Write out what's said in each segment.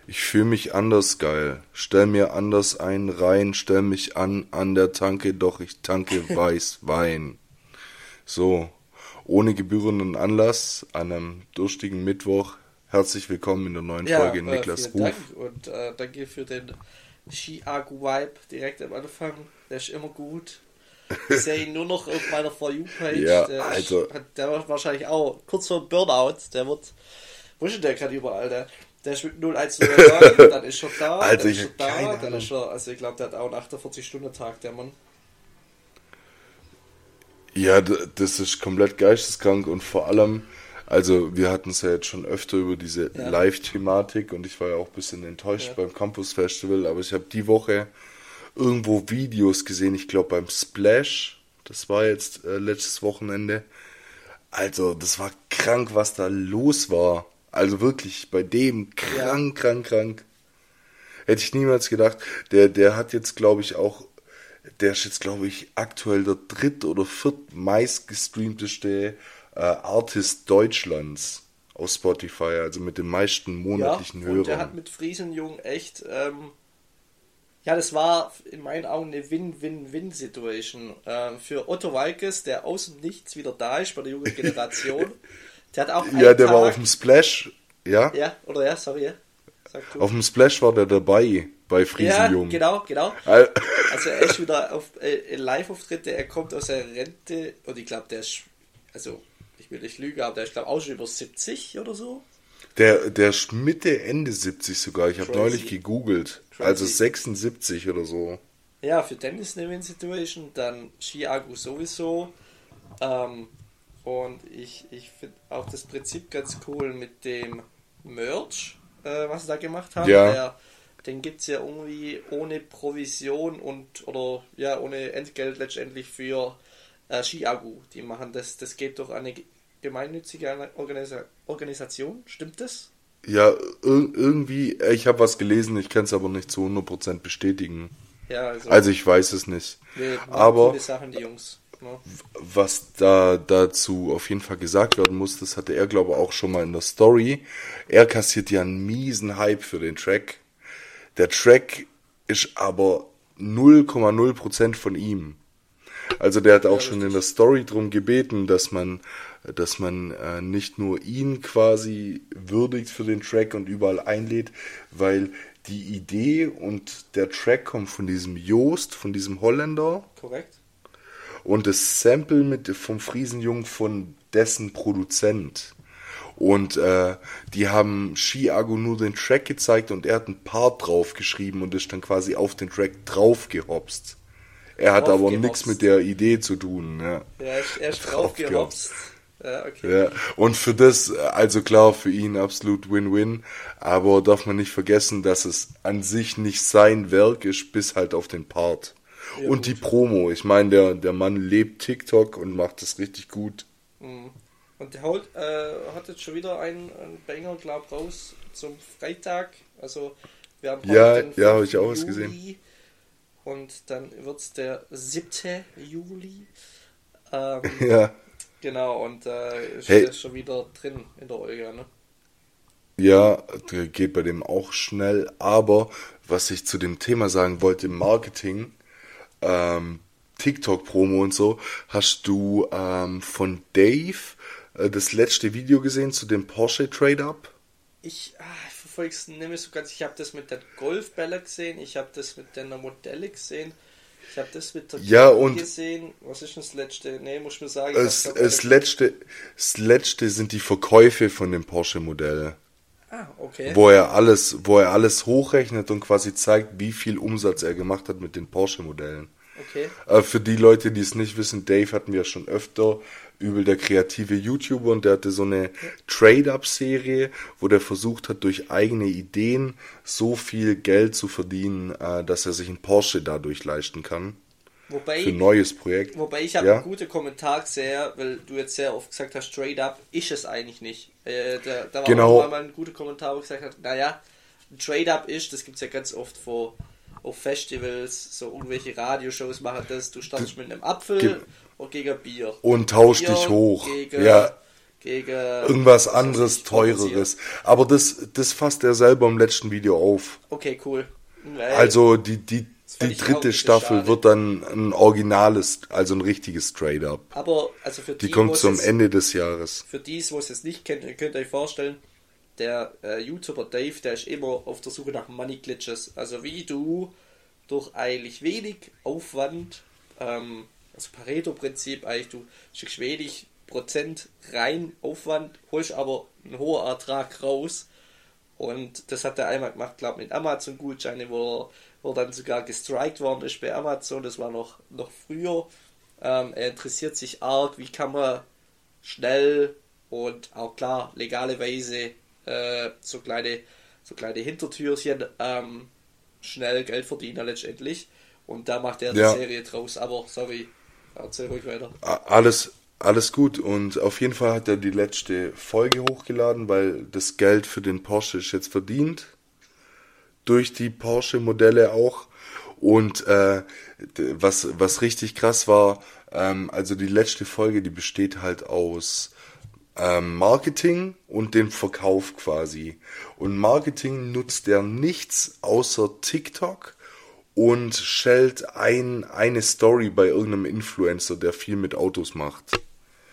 Ich fühle mich anders geil. Stell mir anders ein rein, stell mich an der Tanke, doch ich tanke Weißwein. So, ohne gebührenden Anlass, an einem durstigen Mittwoch. Herzlich willkommen in der neuen Folge Niklas vielen Ruf. Dank und danke für den Ski-Agu-Vibe direkt am Anfang. Der ist immer gut. Ich sehe ihn nur noch auf meiner For You-Page. Ja, Der wird wahrscheinlich auch kurz vor Burnout. Der wird, wo ist denn der gerade überall? Der ist mit 0,109, dann ist er da, Alter, dann ich ist er hab da, keine dann Ahnung. ist er, also ich glaube, der hat auch einen 48-Stunden-Tag, der Mann. Ja, das ist komplett geisteskrank und vor allem, also wir hatten es ja jetzt schon öfter über diese Ja. Live-Thematik und ich war ja auch ein bisschen enttäuscht Ja. beim Campus Festival, aber ich habe die Woche irgendwo Videos gesehen, ich glaube beim Splash, das war jetzt letztes Wochenende. Also, das war krank, was da los war. Also wirklich, bei dem krank. Hätte ich niemals gedacht. Der hat jetzt, glaube ich, auch, der ist jetzt, glaube ich, aktuell der dritt- oder viertmeist gestreamteste Artist Deutschlands auf Spotify, also mit den meisten monatlichen Und der hat Hörern. mit Friesenjung echt, ja, das war in meinen Augen eine Win-Win-Win-Situation. Für Otto Walkes, der aus dem Nichts wieder da ist bei der jungen Generation. Der hat auch einen Ja, der war Tag, auf dem Splash, ja? ja, oder ja, sorry, ja. Sag du. Auf dem Splash war der dabei, bei Ja, Friesenjung. genau. Al- Also er ist wieder auf Live-Auftritte, er kommt aus der Rente und ich glaube, der ist, also ich will nicht lügen, aber der ist glaube auch schon über 70 oder so. Der ist Mitte, Ende 70 sogar. Ich habe Crazy. neulich gegoogelt. Crazy. Also 76 oder so. Ja, für Dennis eine Win-Situation, dann Ski-Agu sowieso. Und ich finde auch das Prinzip ganz cool mit dem Merch, was sie da gemacht haben. Ja. Den gibt es ja irgendwie ohne Provision oder ja, ohne Entgelt letztendlich für Ski-Agu. Die machen das geht durch eine gemeinnützige Organisation, stimmt das? Ja, irgendwie, ich habe was gelesen, ich kann es aber nicht zu 100% bestätigen. Ja, Also ich weiß es nicht. wir machen Aber coole Sachen, die Jungs. Ne? was dazu auf jeden Fall gesagt werden muss, das hatte er, glaube ich, auch schon mal in der Story. Er kassiert ja einen miesen Hype für den Track. Der Track ist aber 0,0% von ihm. Also der hat auch schon in der Story drum gebeten, dass man nicht nur ihn quasi würdigt für den Track und überall einlädt, weil die Idee und der Track kommt von diesem Joost, von diesem Holländer. Korrekt. Und das Sample vom Friesenjung von dessen Produzent. Und die haben Ski-Agu nur den Track gezeigt und er hat einen Part drauf geschrieben und ist dann quasi auf den Track drauf gehopst. Er hat aber nichts mit der Idee zu tun. Ja, Er ist drauf gehopst. Ja, okay. Ja. Und für das, also klar, für ihn absolut Win-Win. Aber darf man nicht vergessen, dass es an sich nicht sein Werk ist, bis halt auf den Part. Ja, und gut. die Promo. Ich meine, der Mann lebt TikTok und macht das richtig gut. Und der hat jetzt schon wieder einen Banger, glaub raus zum Freitag. Also wir haben Ja, heute den ja, habe ich 5. auch was Juli gesehen. Und dann wird es der 7. Juli. Ja. Genau, und ist Hey. der schon wieder drin in der Olga, ne? Ja, geht bei dem auch schnell. Aber was ich zu dem Thema sagen wollte, im Marketing, TikTok-Promo und so, hast du von Dave das letzte Video gesehen zu dem Porsche Trade-Up? Ich verfolge es nicht mehr so ganz. Ich habe das mit der Golfbälle gesehen, ich habe das mit der Modelle gesehen, ich habe das mit der Ja, Kiki und gesehen. Was ist denn das letzte? Nee, muss ich mir sagen. das letzte sind die Verkäufe von dem Porsche-Modell. Okay. Wo er alles hochrechnet und quasi zeigt, wie viel Umsatz er gemacht hat mit den Porsche-Modellen. Okay. Für die Leute, die es nicht wissen, Dave hatten wir schon öfter, übel der kreative YouTuber, und der hatte so eine Trade-Up-Serie, wo der versucht hat, durch eigene Ideen so viel Geld zu verdienen, dass er sich einen Porsche dadurch leisten kann. Für ein neues Projekt. Wobei ich habe Ja? einen guten Kommentar gesehen, weil du jetzt sehr oft gesagt hast, Trade Up ist es eigentlich nicht. Da war Genau. auch mal ein guter Kommentar, wo gesagt hat, naja, ein Trade Up ist, das gibt es ja ganz oft auf Festivals, so irgendwelche Radioshows machen das, du startest mit einem Apfel und gegen Bier. Und tausch Bier dich hoch. Gegen Ja. gegen irgendwas anderes, teureres. Aber das fasst er selber im letzten Video auf. Okay, cool. Also die fand ich auch ein dritte bisschen Staffel schade. wird dann ein originales, also ein richtiges Straight-Up. Aber also für Die kommt wo's zum jetzt- Ende des Jahres. Für die, wo es jetzt nicht kennt, ihr könnt euch vorstellen, der YouTuber Dave, der ist immer auf der Suche nach Money Glitches. Also wie du durch eigentlich wenig Aufwand, also Pareto-Prinzip, eigentlich du schickst wenig Prozent rein Aufwand, holst aber einen hohen Ertrag raus. Und das hat er einmal gemacht, glaube ich, mit Amazon-Gutscheine, wo dann sogar gestrikt worden ist bei Amazon. Das war noch früher. Er interessiert sich arg, wie kann man schnell und auch klar legale Weise so kleine Hintertürchen schnell Geld verdienen letztendlich. Und da macht er die Ja. Serie draus. Aber sorry, erzähl ruhig weiter. Alles gut, und auf jeden Fall hat er die letzte Folge hochgeladen, weil das Geld für den Porsche ist jetzt verdient. Durch die Porsche-Modelle auch. Und was richtig krass war, also die letzte Folge, die besteht halt aus Marketing und dem Verkauf quasi. Und Marketing nutzt er nichts außer TikTok und stellt eine Story bei irgendeinem Influencer, der viel mit Autos macht.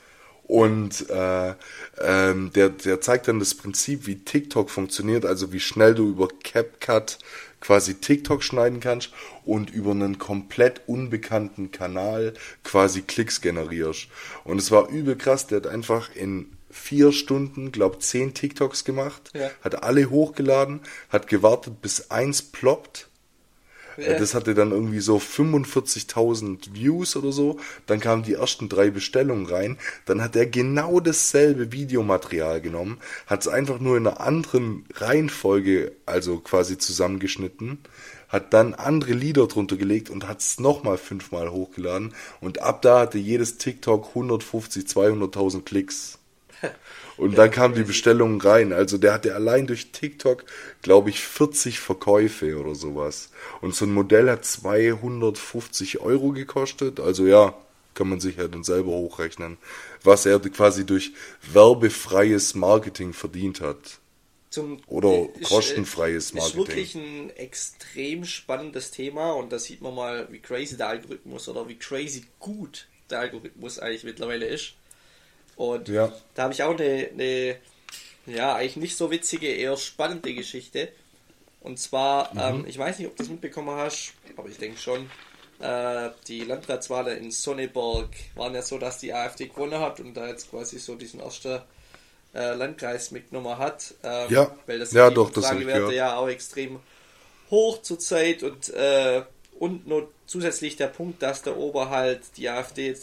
Und der zeigt dann das Prinzip, wie TikTok funktioniert, also wie schnell du über CapCut quasi TikTok schneiden kannst und über einen komplett unbekannten Kanal quasi Klicks generierst. Und es war übel krass, der hat einfach in 4 Stunden, glaub 10 TikToks gemacht, Ja. hat alle hochgeladen, hat gewartet, bis eins ploppt. Ja. Das hatte dann irgendwie so 45.000 Views oder so. Dann kamen die ersten 3 Bestellungen rein. Dann hat er genau dasselbe Videomaterial genommen, hat es einfach nur in einer anderen Reihenfolge, also quasi zusammengeschnitten, hat dann andere Lieder drunter gelegt und hat es nochmal 5-mal hochgeladen. Und ab da hatte jedes TikTok 150, 200.000 Klicks. Und dann kamen die Bestellungen rein. Also der hatte allein durch TikTok, glaube ich, 40 Verkäufe oder sowas. Und so ein Modell hat 250 Euro gekostet. Also ja, kann man sich ja dann selber hochrechnen, was er quasi durch werbefreies Marketing verdient hat. Oder kostenfreies Marketing. Ist wirklich ein extrem spannendes Thema und da sieht man mal, wie crazy der Algorithmus oder wie crazy gut der Algorithmus eigentlich mittlerweile ist. Und Ja. da habe ich auch eine eigentlich nicht so witzige, eher spannende Geschichte. Und zwar, ich weiß nicht, ob du das mitbekommen hast, aber ich denke schon, die Landratswahlen in Sonneberg waren ja so, dass die AfD gewonnen hat und da jetzt quasi so diesen ersten Landkreis mitgenommen hat. Ja. Weil das Ja, die doch, das hab ich Umfragewerte gehört. ja auch extrem hoch zurzeit und nur zusätzlich der Punkt, dass der Ober halt die AfD jetzt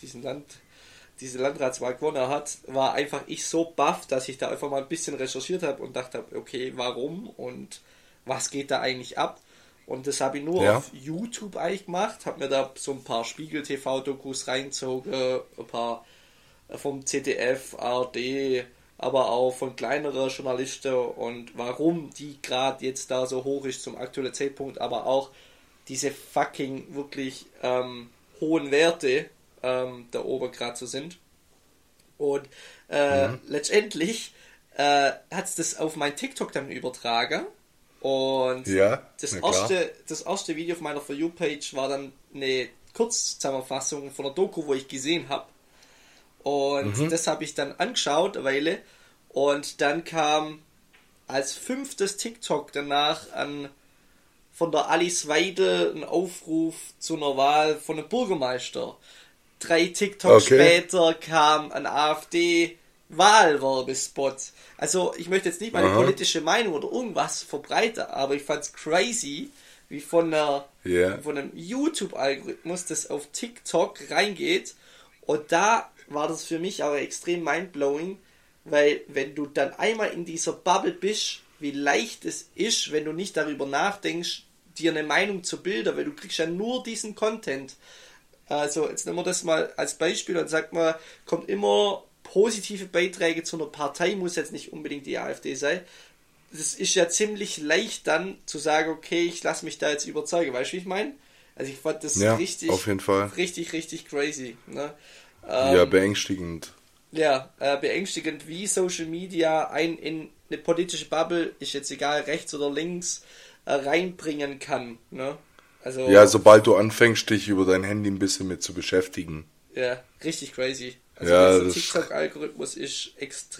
diese Landratswahl gewonnen hat, war einfach ich so baff, dass ich da einfach mal ein bisschen recherchiert habe und dachte, okay, warum und was geht da eigentlich ab? Und das habe ich nur Ja. auf YouTube eigentlich gemacht, habe mir da so ein paar Spiegel-TV-Dokus reingezogen, ein paar vom ZDF, ARD, aber auch von kleineren Journalisten und warum die gerade jetzt da so hoch ist zum aktuellen Zeitpunkt, aber auch diese fucking wirklich hohen Werte da oben gerade so sind. Und letztendlich hat es das auf mein TikTok dann übertragen. Und Ja, das na klar. erste Video auf meiner For You-Page war dann eine Kurzzusammenfassung von der Doku, wo ich gesehen habe. Und das habe ich dann angeschaut, eine Weile. Und dann kam als 5. TikTok danach von der Alice Weidel ein Aufruf zu einer Wahl von einem Bürgermeister. 3 TikToks Okay. später kam ein AfD-Wahlwerbespot. Also ich möchte jetzt nicht meine politische Meinung oder irgendwas verbreiten, aber ich fand's crazy, wie von einem YouTube-Algorithmus das auf TikTok reingeht. Und da war das für mich aber extrem mindblowing, weil wenn du dann einmal in dieser Bubble bist, wie leicht es ist, wenn du nicht darüber nachdenkst, dir eine Meinung zu bilden, weil du kriegst ja nur diesen Content. Also jetzt nehmen wir das mal als Beispiel und sagt mal, kommt immer positive Beiträge zu einer Partei, muss jetzt nicht unbedingt die AfD sein. Das ist ja ziemlich leicht dann zu sagen, okay, ich lasse mich da jetzt überzeugen, weißt du, wie ich meine? Also ich fand das Ja, richtig, auf jeden Fall. richtig crazy. Ne? Ja, beängstigend. Ja, beängstigend, wie Social Media einen in eine politische Bubble, ist jetzt egal, rechts oder links, reinbringen kann. Ne? Ja, Also, sobald du anfängst, dich über dein Handy ein bisschen mit zu beschäftigen. ja, richtig crazy. Also Ja, dieser das TikTok-Algorithmus ist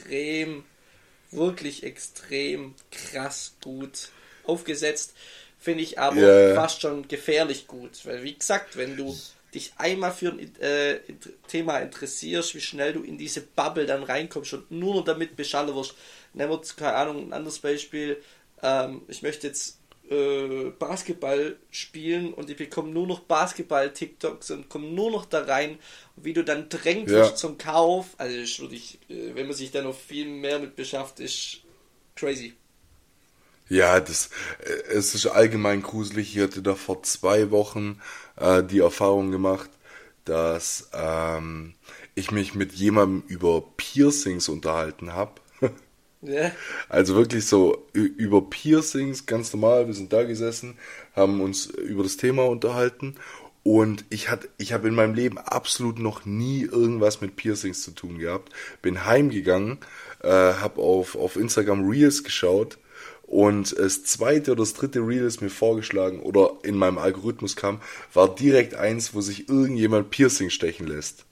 wirklich extrem krass gut aufgesetzt. Finde ich aber ja, fast schon gefährlich gut. Weil, wie gesagt, wenn du dich einmal für ein Thema interessierst, wie schnell du in diese Bubble dann reinkommst und nur noch damit beschallen wirst. Nehmen wir, keine Ahnung, ein anderes Beispiel. Ich möchte jetzt Basketball spielen und ich bekomme nur noch Basketball-TikToks und komme nur noch da rein, wie du dann drängt ja. wirst zum Kauf. Also ist wirklich, wenn man sich da noch viel mehr mit beschäftigt, ist crazy. Ja, es ist allgemein gruselig. Ich hatte da vor 2 Wochen die Erfahrung gemacht, dass ich mich mit jemandem über Piercings unterhalten habe. Ja, Also wirklich so über Piercings, ganz normal. Wir sind da gesessen, haben uns über das Thema unterhalten und ich habe in meinem Leben absolut noch nie irgendwas mit Piercings zu tun gehabt. Bin heimgegangen, habe auf Instagram Reels geschaut und das zweite oder das dritte Reel, das mir vorgeschlagen oder in meinem Algorithmus kam, war direkt eins, wo sich irgendjemand Piercing stechen lässt.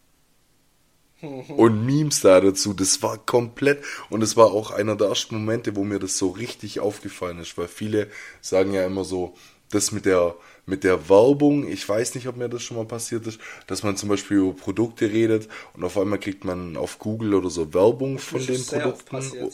Und Memes da dazu, das war komplett, und es war auch einer der ersten Momente, wo mir das so richtig aufgefallen ist, weil viele sagen ja immer so, das mit der Werbung, ich weiß nicht, ob mir das schon mal passiert ist, dass man zum Beispiel über Produkte redet und auf einmal kriegt man auf Google oder so Werbung von den sehr oft Produkten. passiert.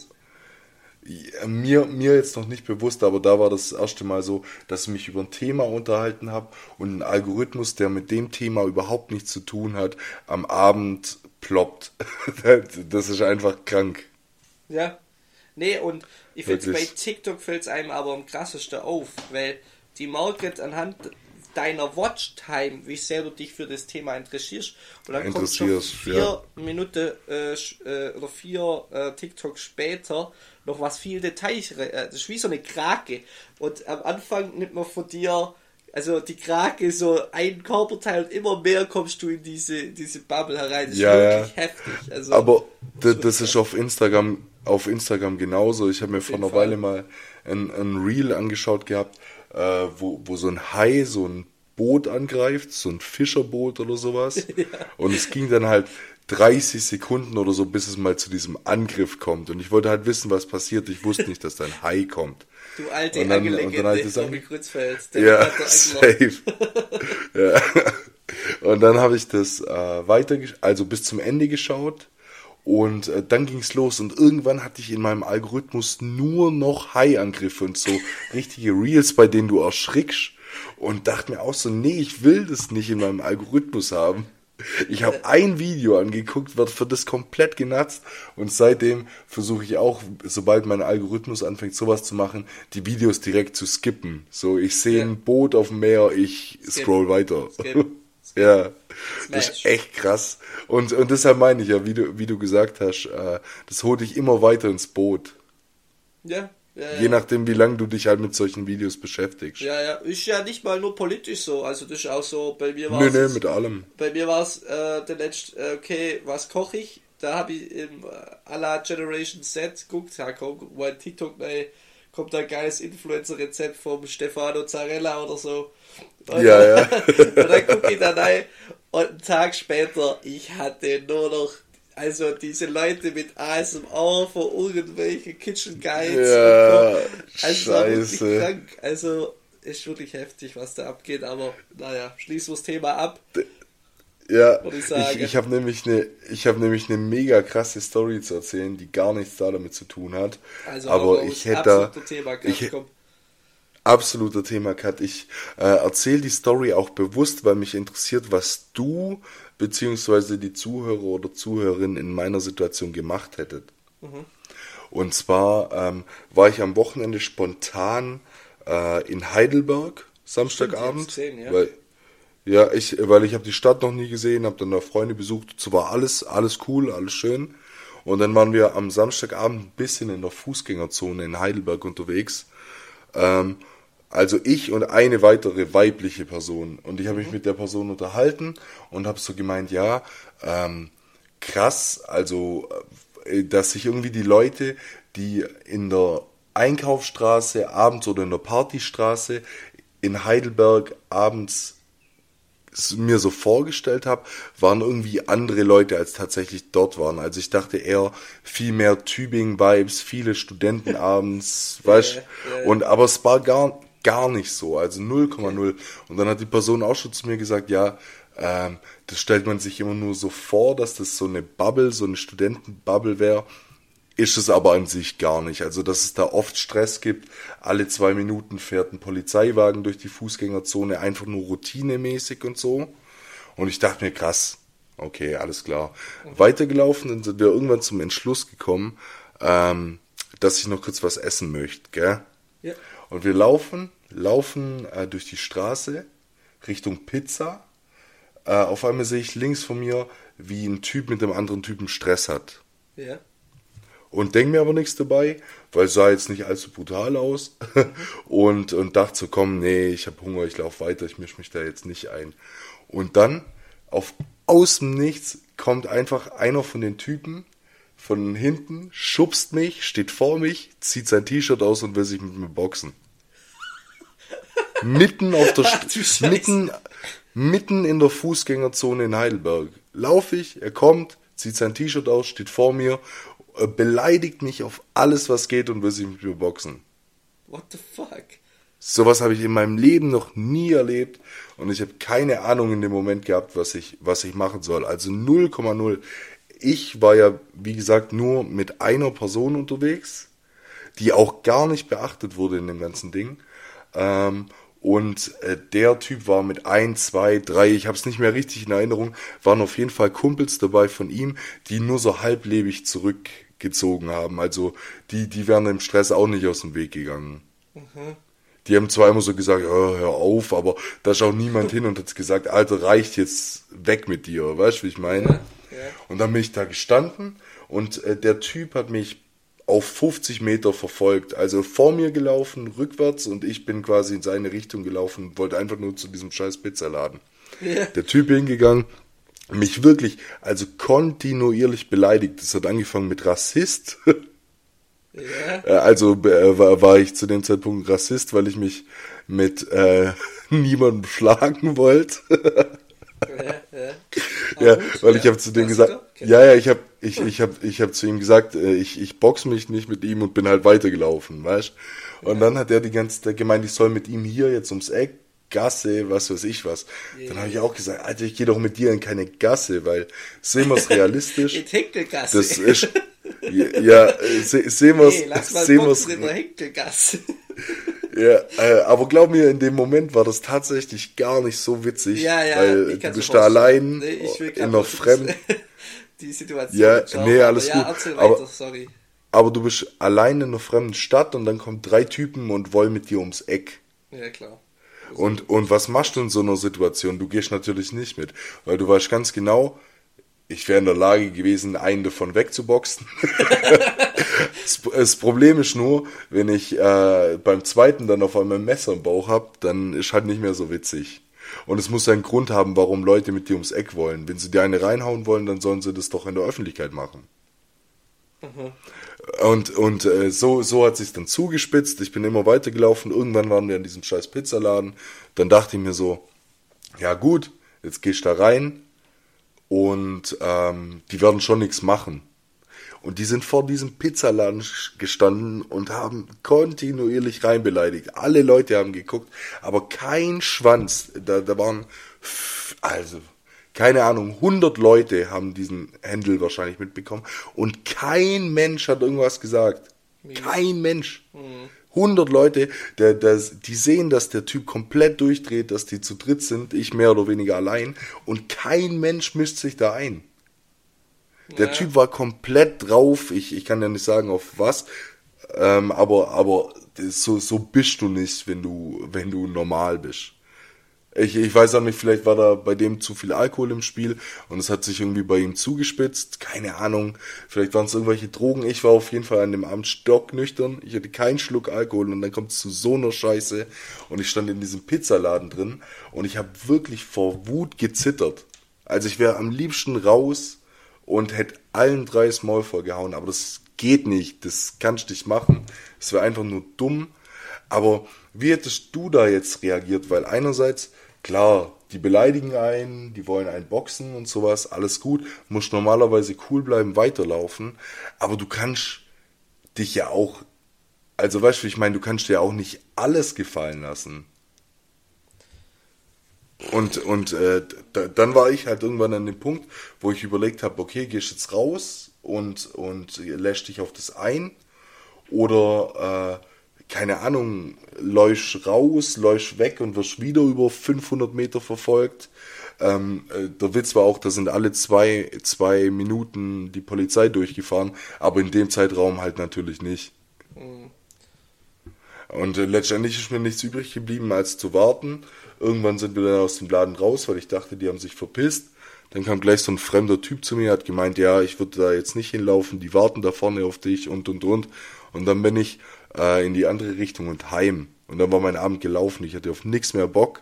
Ja, mir jetzt noch nicht bewusst, aber da war das erste Mal so, dass ich mich über ein Thema unterhalten habe und ein Algorithmus, der mit dem Thema überhaupt nichts zu tun hat, am Abend ploppt. Das ist einfach krank. Ja. Nee, und ich finde, bei Wirklich. TikTok fällt es einem aber am krassesten auf, weil die Market anhand deiner Watchtime, wie sehr du dich für das Thema interessierst, und dann kommt schon Interessierst, 4 Minuten oder 4 TikTok später noch was viel Details. Das ist wie so eine Krake. Und am Anfang nimmt man von dir, also die Krake, so ein Körperteil und immer mehr kommst du in diese Bubble herein. Das ist Ja, ja. wirklich heftig. Also, Aber das ist das wirklich ist auf Instagram genauso. Ich habe mir vor jeden einer Fall. Weile mal ein Reel angeschaut gehabt, wo so ein Hai so ein Boot angreift, so ein Fischerboot oder sowas. Und es ging dann halt 30 Sekunden oder so, bis es mal zu diesem Angriff kommt. Und ich wollte halt wissen, was passiert. Ich wusste nicht, dass da ein Hai kommt. Du alte Und dann halt Angelegende, das Tommy Kreutzfeld, der Ja, hat der Angler. safe. Ja. Und dann habe ich das also bis zum Ende geschaut und dann ging es los und irgendwann hatte ich in meinem Algorithmus nur noch Hai-Angriffe und so richtige Reels, bei denen du erschrickst und dachte mir auch so, nee, ich will das nicht in meinem Algorithmus haben. Ich habe ein Video angeguckt, wird für das komplett genutzt und seitdem versuche ich auch, sobald mein Algorithmus anfängt sowas zu machen, die Videos direkt zu skippen. So, ich sehe Ja. ein Boot auf dem Meer, ich scroll weiter. Skip. Ja, das Smash. ist echt krass. Und deshalb meine ich ja, wie du gesagt hast, das holt dich immer weiter ins Boot. Ja, ja, Je ja. nachdem, wie lange du dich halt mit solchen Videos beschäftigst. Ja, ja, ist ja nicht mal nur politisch so, also das ist auch so, bei mir war Nee, es nee, mit allem. bei mir war es der letzte, okay, was koche ich? Da habe ich im à la Generation Z geguckt, ja komm, guck mal, TikTok, ey, kommt da ein geiles Influencer-Rezept vom Stefano Zarella oder so. Und, Ja, ja. und dann gucke ich da rein und einen Tag später, ich hatte nur noch, also diese Leute mit ASMR von irgendwelchen Kitchen Guides. Ja, und so. Also es war wirklich scheiße. krank. Also ist wirklich heftig, was da abgeht, aber naja, schließen wir das Thema ab, Ja, würde ich sagen. ich habe nämlich eine mega krasse Story zu erzählen, die gar nichts da damit zu tun hat. Also Aber hau raus. ich hätte da, Absoluter Thema, ich, komm. absoluter Thema-Cut. Ich erzähle die Story auch bewusst, weil mich interessiert, was du beziehungsweise die Zuhörer oder Zuhörerinnen in meiner Situation gemacht hättet. Und zwar war ich am Wochenende spontan in Heidelberg, Samstagabend, Stimmt, ich hab's gesehen, ja. weil ich habe die Stadt noch nie gesehen, habe dann da Freunde besucht, so war alles cool, alles schön. Und dann waren wir am Samstagabend ein bisschen in der Fußgängerzone in Heidelberg unterwegs. Also ich und eine weitere weibliche Person. Und ich habe mich mit der Person unterhalten und habe so gemeint, ja, krass, also dass sich irgendwie die Leute, die in der Einkaufsstraße abends oder in der Partystraße in Heidelberg abends mir so vorgestellt habe, waren irgendwie andere Leute, als tatsächlich dort waren. Also ich dachte eher viel mehr Tübingen-Vibes, viele Studenten abends, weißt du? Und aber es war gar nicht so, also 0,0. Und dann hat die Person auch schon zu mir gesagt, ja, das stellt man sich immer nur so vor, dass das so eine Bubble, so eine Studentenbubble wäre. Ist es aber an sich gar nicht. Also, dass es da oft Stress gibt. Alle 2 Minuten fährt ein Polizeiwagen durch die Fußgängerzone, einfach nur routinemäßig und so. Und ich dachte mir, krass, okay, alles klar. Weitergelaufen, dann sind wir irgendwann zum Entschluss gekommen, dass ich noch kurz was essen möchte, gell? Ja. Und wir laufen durch die Straße Richtung Pizza. Auf einmal sehe ich links von mir, wie ein Typ mit einem anderen Typen Stress hat. Ja. Und denk mir aber nichts dabei, weil es sah jetzt nicht allzu brutal aus. und dachte so, komm, nee, ich habe Hunger, ich laufe weiter, ich mische mich da jetzt nicht ein. Und dann, aus dem Nichts, kommt einfach einer von den Typen von hinten, schubst mich, steht vor mich, zieht sein T-Shirt aus und will sich mit mir boxen. Mitten auf der mitten in der Fußgängerzone in Heidelberg. Laufe ich, er kommt, zieht sein T-Shirt aus, steht vor mir, beleidigt mich auf alles, was geht und will sich mit mir boxen. What the fuck? Sowas habe ich in meinem Leben noch nie erlebt und ich habe keine Ahnung in dem Moment gehabt, was ich machen soll. Also 0,0. Ich war ja, wie gesagt, nur mit einer Person unterwegs, die auch gar nicht beachtet wurde in dem ganzen Ding. Und der Typ war mit 1, 2, 3, ich habe es nicht mehr richtig in Erinnerung, waren auf jeden Fall Kumpels dabei von ihm, die nur so halblebig zurückgezogen haben. Also die wären im Stress auch nicht aus dem Weg gegangen. Mhm. Die haben zwar immer so gesagt, oh, hör auf, aber da ist auch niemand hin und hat gesagt, Alter, reicht jetzt, weg mit dir, weißt du, wie ich meine? Ja. Und dann bin ich da gestanden und der Typ hat mich auf 50 Meter verfolgt, also vor mir gelaufen, rückwärts und ich bin quasi in seine Richtung gelaufen und wollte einfach nur zu diesem scheiß Pizzaladen. Ja. Der Typ hingegangen, mich wirklich, also kontinuierlich beleidigt. Das hat angefangen mit Rassist. Ja. Also war ich zu dem Zeitpunkt Rassist, weil ich mich mit niemandem schlagen wollte. Ja, weil ich habe zu dem gesagt, ich habe zu ihm gesagt, ich boxe mich nicht mit ihm und bin halt weitergelaufen, weißt? Und dann hat er die ganze Zeit gemeint, ich soll mit ihm hier jetzt ums Eck, Gasse, was weiß ich was. Dann habe ich auch gesagt, Alter, ich gehe doch mit dir in keine Gasse, weil sehen wir es realistisch. In Heckelgasse. Das ist, sehen wir es. Lass mal boxen in der Heckelgasse. Ja, aber glaub mir, in dem Moment war das tatsächlich gar nicht so witzig, weil du bist da allein in einer fremden... Die Situation. Ja, nee, alles gut. Erzähl weiter, sorry. Aber du bist allein in einer fremden Stadt und dann kommen 3 Typen und wollen mit dir ums Eck. Ja, klar. Und was machst du in so einer Situation? Du gehst natürlich nicht mit, weil du weißt ganz genau, ich wäre in der Lage gewesen, einen davon wegzuboxen. Das Problem ist nur, wenn ich beim zweiten dann auf einmal ein Messer im Bauch habe, dann ist halt nicht mehr so witzig. Und es muss einen Grund haben, warum Leute mit dir ums Eck wollen. Wenn sie dir eine reinhauen wollen, dann sollen sie das doch in der Öffentlichkeit machen. Mhm. Und so hat sich dann zugespitzt. Ich bin immer weitergelaufen. Irgendwann waren wir in diesem scheiß Pizzaladen. Dann dachte ich mir so, ja gut, jetzt gehst du da rein und die werden schon nichts machen. Und die sind vor diesem Pizzaladen gestanden und haben kontinuierlich reinbeleidigt. Alle Leute haben geguckt, aber kein Schwanz. Da waren, also, keine Ahnung, 100 Leute haben diesen Händel wahrscheinlich mitbekommen. Und kein Mensch hat irgendwas gesagt. Kein Mensch. 100 Leute, die sehen, dass der Typ komplett durchdreht, dass die zu dritt sind, ich mehr oder weniger allein. Und kein Mensch mischt sich da ein. Der Typ war komplett drauf, ich kann ja nicht sagen auf was, aber so bist du nicht, wenn du normal bist. Ich weiß auch nicht, vielleicht war da bei dem zu viel Alkohol im Spiel und es hat sich irgendwie bei ihm zugespitzt, keine Ahnung, vielleicht waren es irgendwelche Drogen, ich war auf jeden Fall an dem Abend stocknüchtern, ich hatte keinen Schluck Alkohol und dann kommt es zu so einer Scheiße und ich stand in diesem Pizzaladen drin und ich habe wirklich vor Wut gezittert. Also ich wäre am liebsten raus und hätte allen 3 das Maul vollgehauen. Aber das geht nicht, das kannst du nicht machen. Das wäre einfach nur dumm. Aber wie hättest du da jetzt reagiert? Weil einerseits, klar, die beleidigen einen, die wollen einen boxen und sowas, alles gut. Musst normalerweise cool bleiben, weiterlaufen. Aber du kannst dich ja auch, also weißt du, ich meine, du kannst dir ja auch nicht alles gefallen lassen. Und dann war ich halt irgendwann an dem Punkt, wo ich überlegt habe, okay, gehst jetzt raus und lässt dich auf das ein oder keine Ahnung, läufst raus, läufst weg und wirst wieder über 500 Meter verfolgt. Der Witz war auch, da sind alle zwei Minuten die Polizei durchgefahren, aber in dem Zeitraum halt natürlich nicht. Mhm. Und letztendlich ist mir nichts übrig geblieben, als zu warten. Irgendwann sind wir dann aus dem Laden raus, weil ich dachte, die haben sich verpisst. Dann kam gleich so ein fremder Typ zu mir, hat gemeint, ja, ich würde da jetzt nicht hinlaufen, die warten da vorne auf dich und. Und dann bin ich in die andere Richtung und heim. Und dann war mein Abend gelaufen, ich hatte auf nichts mehr Bock.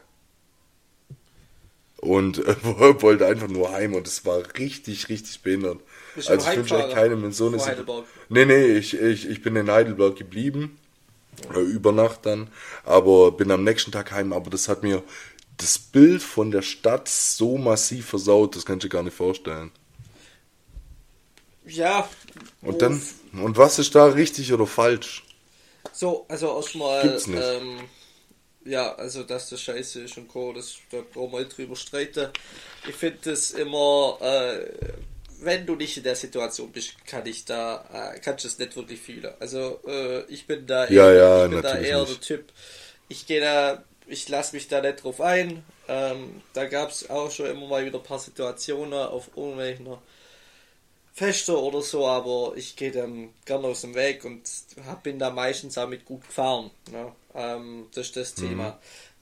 Und wollte einfach nur heim und es war richtig, richtig behindert. Bist Also du ich wünsche echt keinem in so eine Heidelberg? Nee, ich bin in Heidelberg geblieben. Über Nacht dann, aber bin am nächsten Tag heim, aber das hat mir das Bild von der Stadt so massiv versaut, das kannst du dir gar nicht vorstellen. Ja. Und dann, und was ist da richtig oder falsch? So, also erstmal, Gibt's nicht. ja, also dass das scheiße ist und Co., da brauchen wir nicht drüber streiten. Ich finde das immer, wenn du nicht in der Situation bist, kannst du es nicht wirklich fühlen. Also ich bin da eher, der Typ, ich lasse mich da nicht drauf ein. Da gab es auch schon immer mal wieder ein paar Situationen auf irgendwelchen Feste oder so, aber ich gehe dann gerne aus dem Weg und bin da meistens damit gut gefahren. Ne? Das ist das Thema.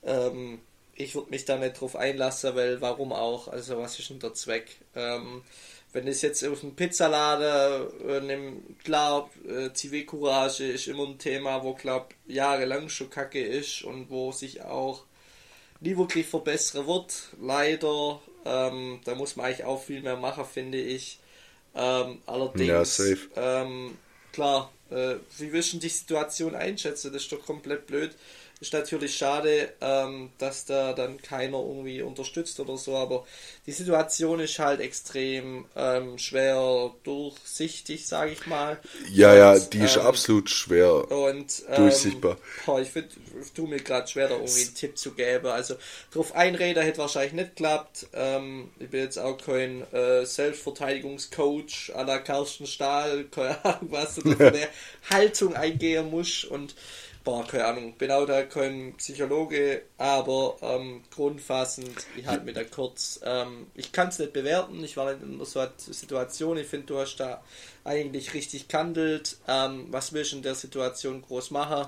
Ich würde mich da nicht drauf einlassen, weil warum auch? Also was ist denn der Zweck? Wenn es jetzt auf dem Pizzaladen klar, Zivilcourage ist immer ein Thema, wo glaub jahrelang schon kacke ist und wo sich auch nie wirklich verbessern wird, leider. Da muss man eigentlich auch viel mehr machen, finde ich. Allerdings, ja, safe. Klar, wie willst du die Situation einschätzen? Das ist doch komplett blöd. Ist natürlich schade, dass da dann keiner irgendwie unterstützt oder so, aber die Situation ist halt extrem schwer durchsichtig, sage ich mal. Ja, die ist absolut schwer und durchsichtbar. Ich finde, es tut mir gerade schwer, da irgendwie einen Tipp zu geben. Also drauf einreden hätte wahrscheinlich nicht geklappt. Ich bin jetzt auch kein Selbstverteidigungscoach à la Carsten Stahl, keine Ahnung, was du da für eine Haltung eingehen musst und keine Ahnung, bin auch da kein Psychologe, aber grundfassend, ich halte mir da kurz, ich kann es nicht bewerten, ich war nicht in so einer Situation, ich finde, du hast da eigentlich richtig gehandelt, was willst du in der Situation groß machen,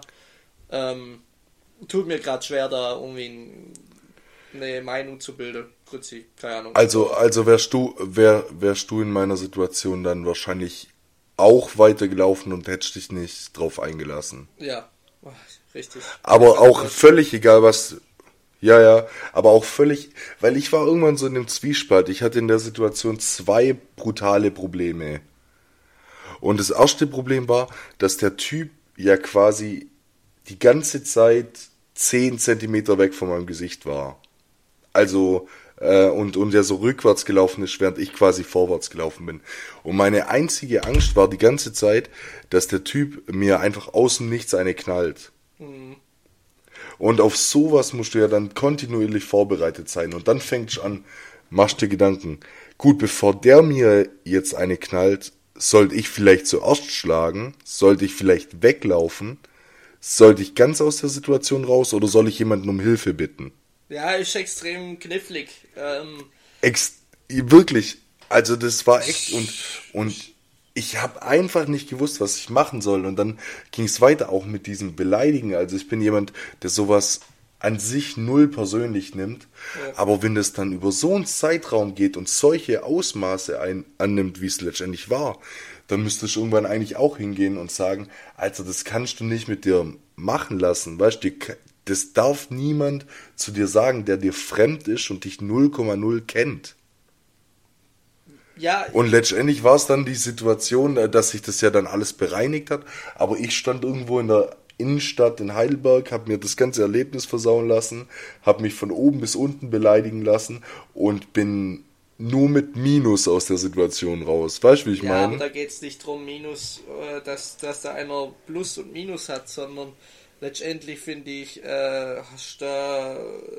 tut mir gerade schwer, da irgendwie eine Meinung zu bilden, Grüezi, keine Ahnung. Also wärst du in meiner Situation dann wahrscheinlich auch weitergelaufen und hättest dich nicht drauf eingelassen. Ja. Richtig. Aber auch völlig egal, was. Ja, aber auch völlig. Weil ich war irgendwann so in dem Zwiespalt. Ich hatte in der Situation 2 brutale Probleme. Und das erste Problem war, dass der Typ ja quasi die ganze Zeit 10 Zentimeter weg von meinem Gesicht war. Also, und der so rückwärts gelaufen ist, während ich quasi vorwärts gelaufen bin. Und meine einzige Angst war die ganze Zeit, dass der Typ mir einfach aus dem Nichts eine knallt. Mhm. Und auf sowas musst du ja dann kontinuierlich vorbereitet sein. Und dann fängst du an, machst dir Gedanken. Gut, bevor der mir jetzt eine knallt, sollte ich vielleicht zuerst schlagen? Sollte ich vielleicht weglaufen? Sollte ich ganz aus der Situation raus oder soll ich jemanden um Hilfe bitten? Ja, ist extrem knifflig. Wirklich, also das war echt und ich habe einfach nicht gewusst, was ich machen soll. Und dann ging es weiter auch mit diesem Beleidigen. Also ich bin jemand, der sowas an sich null persönlich nimmt. Ja. Aber wenn das dann über so einen Zeitraum geht und solche Ausmaße annimmt, wie es letztendlich war, dann müsstest du irgendwann eigentlich auch hingehen und sagen, also das kannst du nicht mit dir machen lassen. Weißt du, das darf niemand zu dir sagen, der dir fremd ist und dich 0,0 kennt. Ja, Und letztendlich war es dann die Situation, dass sich das ja dann alles bereinigt hat. Aber ich stand irgendwo in der Innenstadt in Heidelberg, habe mir das ganze Erlebnis versauen lassen, habe mich von oben bis unten beleidigen lassen und bin nur mit Minus aus der Situation raus. Weißt du, wie ich ja, aber meine? da geht es nicht drum, dass da einer Plus und Minus hat, sondern letztendlich finde ich, hast da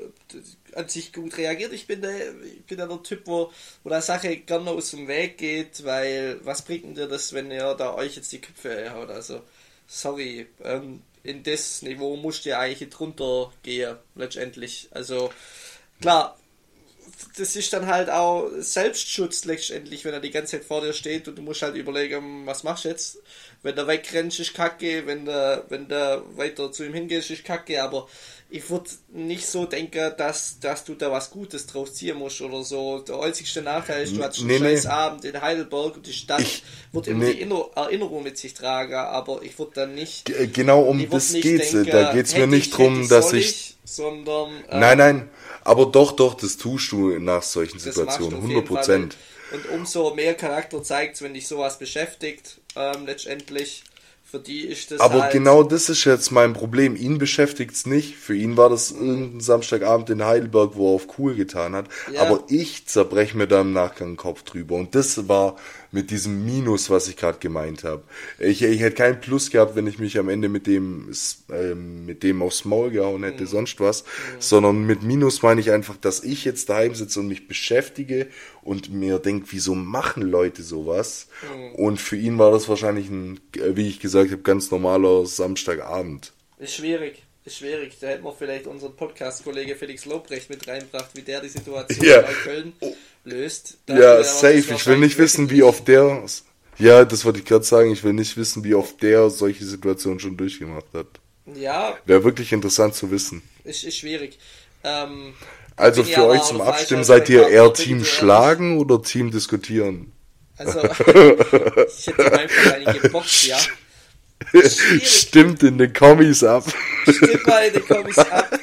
an sich gut reagiert. Ich bin da der Typ, wo der Sache gerne aus dem Weg geht, weil was bringt denn dir das, wenn ihr da euch jetzt die Köpfe haut? Also, sorry, in das Niveau musst du ja eigentlich drunter gehen, letztendlich. Also, klar, das ist dann halt auch Selbstschutz letztendlich, wenn er die ganze Zeit vor dir steht und du musst halt überlegen, was machst du jetzt? Wenn du wegrennst, ist kacke, wenn du weiter zu ihm hingehst, ist kacke, aber ich würde nicht so denken, dass du da was Gutes draus ziehen musst oder so. Der einzigste Nachteil ist, du hattest einen scheiß Abend in Heidelberg und die Stadt wird immer die Erinnerung mit sich tragen, aber ich würde dann nicht... Genau um das geht's. Da geht's mir nicht drum, dass ich... Sondern... Nein, aber doch, das tust du nach solchen Situationen, 100%. Und umso mehr Charakter zeigt, wenn dich sowas beschäftigt, letztendlich, für die ist das aber halt... genau das ist jetzt mein Problem. Ihn beschäftigt's nicht. Für ihn war das irgendein Samstagabend in Heidelberg, wo er auf cool getan hat. Ja. Aber ich zerbreche mir da im Nachgang den Kopf drüber. Und das war mit diesem Minus, was ich gerade gemeint habe. Ich hätte keinen Plus gehabt, wenn ich mich am Ende mit dem aufs Maul gehauen hätte, sonst was. Sondern mit Minus meine ich einfach, dass ich jetzt daheim sitze und mich beschäftige und mir denke, wieso machen Leute sowas? Und für ihn war das wahrscheinlich ein, wie ich gesagt habe, ganz normaler Samstagabend. Ist schwierig. Da hätten wir vielleicht unseren Podcast-Kollege Felix Lobrecht mit reingebracht, wie der die Situation bei Köln löst. Ja, safe. Ich will nicht wissen, wie oft der... Ja, das wollte ich gerade sagen. Ich will nicht wissen, wie oft der solche Situationen schon durchgemacht hat. Ja. Wäre wirklich interessant zu wissen. Ist schwierig. Also für euch zum Abstimmen, seid ihr eher Team Schlagen oder Team Diskutieren? Also, ich hätte in meinem Fall einige geboxt, ja. Stimmt in den Kommis ab. Stimmt mal in den Kommis ab.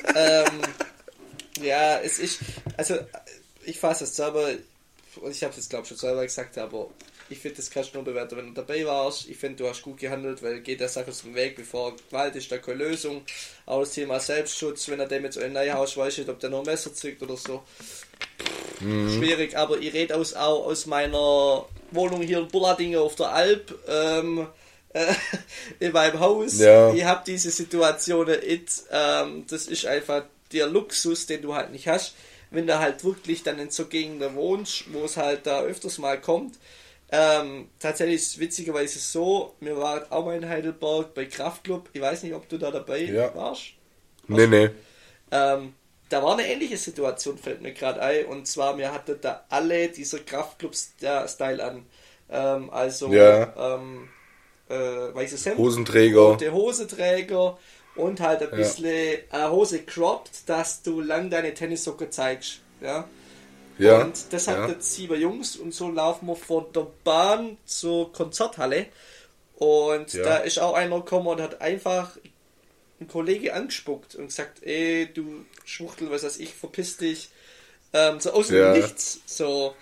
Ja, es ist, also ich fasse es selber, ich habe es jetzt glaube ich schon selber gesagt, aber ich finde, das kannst du nur bewerten, wenn du dabei warst. Ich finde, du hast gut gehandelt, weil geht der Sache aus dem Weg, bevor Gewalt ist da keine Lösung. Auch das Thema Selbstschutz, wenn er dem jetzt in ein Haus weiß, ob der noch ein Messer zückt oder so. Schwierig, aber ich rede auch aus meiner Wohnung hier in Bulladingen auf der Alp, in meinem Haus. Ja. Ich habe diese Situationen, das ist einfach der Luxus, den du halt nicht hast, wenn du halt wirklich dann in so Gegenden wohnst, wo es halt da öfters mal kommt. Tatsächlich ist es witzigerweise so, wir waren auch mal in Heidelberg bei Kraftclub, ich weiß nicht, ob du da dabei warst. Nee. Da war eine ähnliche Situation, fällt mir gerade ein, und zwar, wir hatten da alle dieser Kraftclub-Style an. Weißes Hemd, Hosenträger, rote Hosenträger und halt ein bisschen Hose cropped, dass du lang deine Tennissocken zeigst. Ja. Und das hat jetzt 7 Jungs und so laufen wir von der Bahn zur Konzerthalle und da ist auch einer gekommen und hat einfach einen Kollege angespuckt und gesagt, ey, du Schwuchtel, was weiß ich, verpiss dich. So aus dem Nichts. So,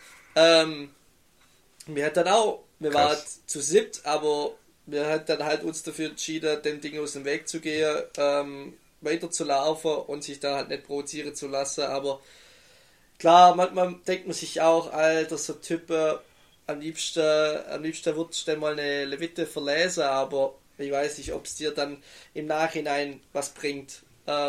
wir waren zu 7, aber wir haben dann halt uns dafür entschieden, dem Ding aus dem Weg zu gehen, weiter zu laufen und sich da halt nicht provozieren zu lassen, aber klar, manchmal denkt man sich auch, Alter, so Typen, am liebsten würdest du mal eine Levite verlesen, aber ich weiß nicht, ob es dir dann im Nachhinein was bringt.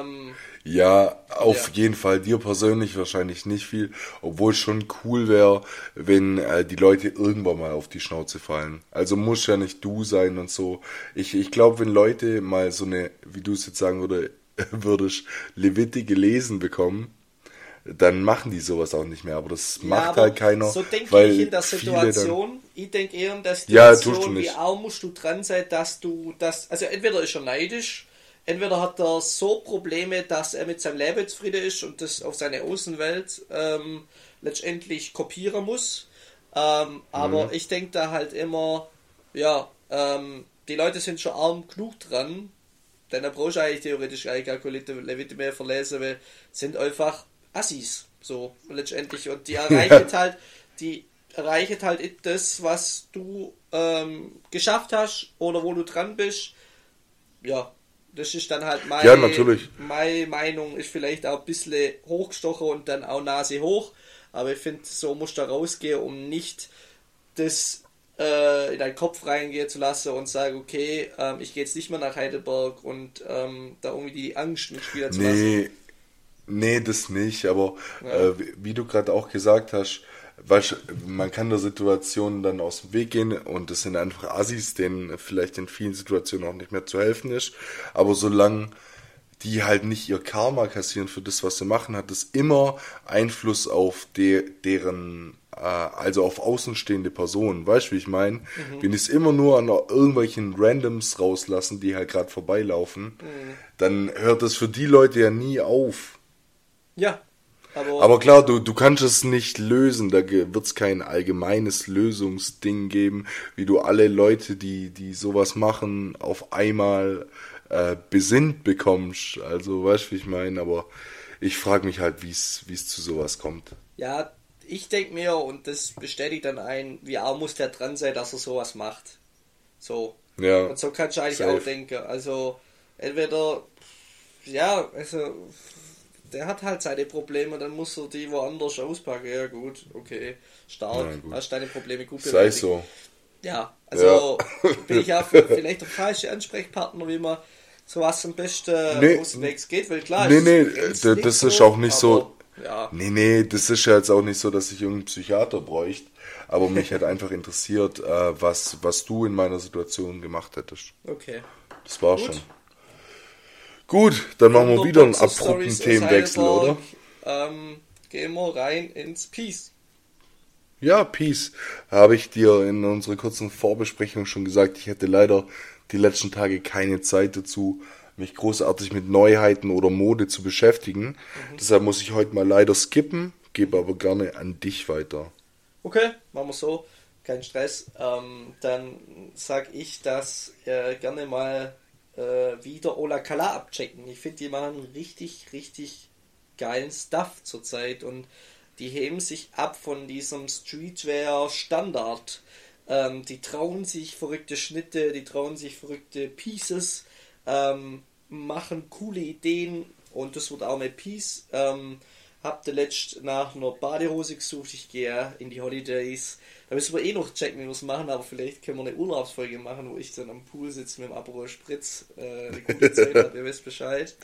Auf jeden Fall. Dir persönlich wahrscheinlich nicht viel, obwohl es schon cool wäre, wenn die Leute irgendwann mal auf die Schnauze fallen. Also muss ja nicht du sein und so. Ich glaube, wenn Leute mal so eine, wie du es jetzt sagen würdest, Levite gelesen bekommen, dann machen die sowas auch nicht mehr, aber das macht halt keiner. So denke weil ich in der Situation. Ich denke eher in der Situation, wie auch musst du dran sein, dass du das, also entweder ist er neidisch, entweder hat er so Probleme, dass er mit seinem Leben zufrieden ist und das auf seine Außenwelt letztendlich kopieren muss. Aber ich denke da halt immer, die Leute sind schon arm genug dran, denn da brauchst du eigentlich theoretisch gar keine Levite mehr verlesen, weil sind einfach Assis, so letztendlich, und die erreichen halt, die erreicht halt das, was du geschafft hast oder wo du dran bist. Ja, das ist dann halt Ja, natürlich. meine Meinung, ist vielleicht auch ein bisschen hochgestochen und dann auch Nase hoch. Aber ich finde, so musst du da rausgehen, um nicht das in deinen Kopf reingehen zu lassen und sagen, okay, ich gehe jetzt nicht mehr nach Heidelberg und da irgendwie die Angst mitspielen zu lassen. Nee, das nicht, aber Ja. wie du gerade auch gesagt hast, weißt, man kann der Situation dann aus dem Weg gehen und das sind einfach Assis, denen vielleicht in vielen Situationen auch nicht mehr zu helfen ist. Aber solange die halt nicht ihr Karma kassieren für das, was sie machen, hat es immer Einfluss auf deren, also auf außenstehende Personen. Weißt du, wie ich meine? Wenn die es immer nur an irgendwelchen Randoms rauslassen, die halt gerade vorbeilaufen, dann hört es für die Leute ja nie auf. Ja, Aber klar, du kannst es nicht lösen, da wird es kein allgemeines Lösungsding geben, wie du alle Leute, die sowas machen, auf einmal besinnt bekommst. Also, weißt du, wie ich meine, aber ich frage mich halt, wie es zu sowas kommt. ja, ich denke mir, und das bestätigt dann wie arm muss der dran sein, dass er sowas macht. So. Ja, Und so kannst du eigentlich safe. auch denken. Also, entweder, ja, also, der hat halt seine Probleme, dann muss er die woanders auspacken. Ja, gut, okay, stark, Ja, gut. hast deine Probleme gut Sei so. Ja, also Ja. bin ich ja vielleicht der falsche Ansprechpartner, wie man sowas am besten Nee. aus dem Weg geht, weil klar, Nee, es nee, brenzlig das ist auch nicht so. aber, ja, Nee, das ist ja jetzt auch nicht so, dass ich irgendeinen Psychiater bräuchte. Aber mich hat einfach interessiert, was du in meiner Situation gemacht hättest. okay. Das war Gut. schon. Gut, dann machen wir Nur wieder einen Boxer abrupten Stories aus Themenwechsel, oder? Heidelberg. Gehen wir rein ins Peace. Ja, Peace. Habe ich dir in unserer kurzen Vorbesprechung schon gesagt, ich hätte leider die letzten Tage keine Zeit dazu, mich großartig mit Neuheiten oder Mode zu beschäftigen. Deshalb muss ich heute mal leider skippen, gebe aber gerne an dich weiter. Okay, machen wir so. Kein Stress. Dann sag ich das gerne mal wieder Ola Kala abchecken. Ich finde, die machen richtig, richtig geilen Stuff zurzeit und die heben sich ab von diesem Streetwear-Standard. Die trauen sich verrückte Schnitte, die trauen sich verrückte Pieces, machen coole Ideen und das wird auch mit Piece. Habt ihr letzt nach einer Badehose gesucht, ich gehe in die Holidays. Da müssen wir eh noch checken, wie wir es machen, aber vielleicht können wir eine Urlaubsfolge machen, wo ich dann am Pool sitze mit dem Aperol Spritz, eine gute Zeit habe, ihr wisst Bescheid.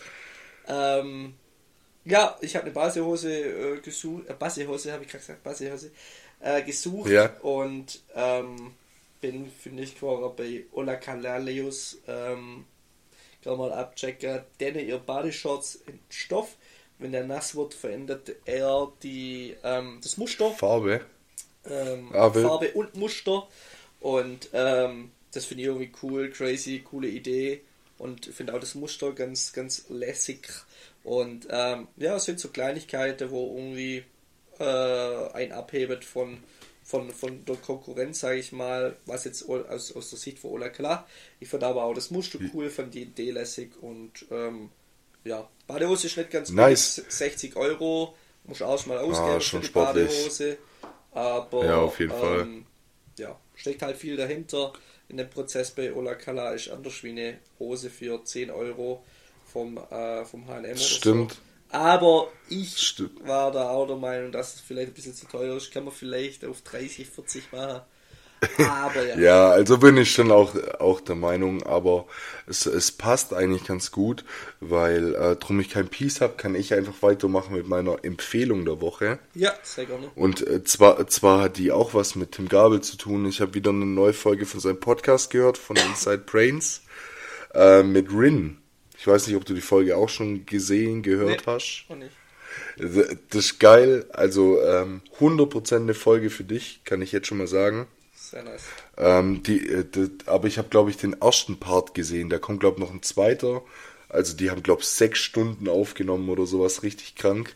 Ja, ich habe eine Basehose gesucht, Basehose habe ich gerade gesagt, Basehose gesucht Ja. und bin fündig geworden bei Ola Kalaleus. Kann mal abchecken, denn ihr Badeshorts in Stoff. Wenn der nass wird, verändert er das Muster, Farbe. Wild. Farbe und Muster. Und das finde ich irgendwie cool, crazy, coole Idee. Und finde auch das Muster ganz, ganz lässig. Und ja, es sind so Kleinigkeiten, wo irgendwie ein abhebt von der Konkurrenz, sage ich mal, was jetzt aus der Sicht von Ola klar. Ich fand aber auch das Muster cool, fand die Idee lässig und ja, Badehose ist nicht ganz Nice. billig, 60 Euro, muss auch mal ausgeben schon für die sportlich. Badehose, aber Ja, auf jeden Fall. ja, steckt halt viel dahinter. In dem Prozess bei Ola Kala ist anders wie eine Hose für 10 Euro vom H&M oder Stimmt. so. Aber ich Stimmt. war da auch der Meinung, dass es vielleicht ein bisschen zu teuer ist. Kann man vielleicht auf 30, 40 machen. Aber ja. Ja, also bin ich schon auch der Meinung, aber es passt eigentlich ganz gut, weil drum ich kein Peace habe, kann ich einfach weitermachen mit meiner Empfehlung der Woche. Ja, sehr gerne. Und zwar hat die auch was mit Tim Gabel zu tun. Ich habe wieder eine neue Folge von seinem Podcast gehört, von Inside Brains, mit Rin. Ich weiß nicht, ob du die Folge auch schon gehört hast. Auch nicht. Das ist geil, also 100% eine Folge für dich, kann ich jetzt schon mal sagen. Sehr nice. Aber ich habe, glaube ich, den ersten Part gesehen. Da kommt, glaube ich, noch ein zweiter. Also die haben, glaube ich, 6 Stunden aufgenommen oder sowas. Richtig krank.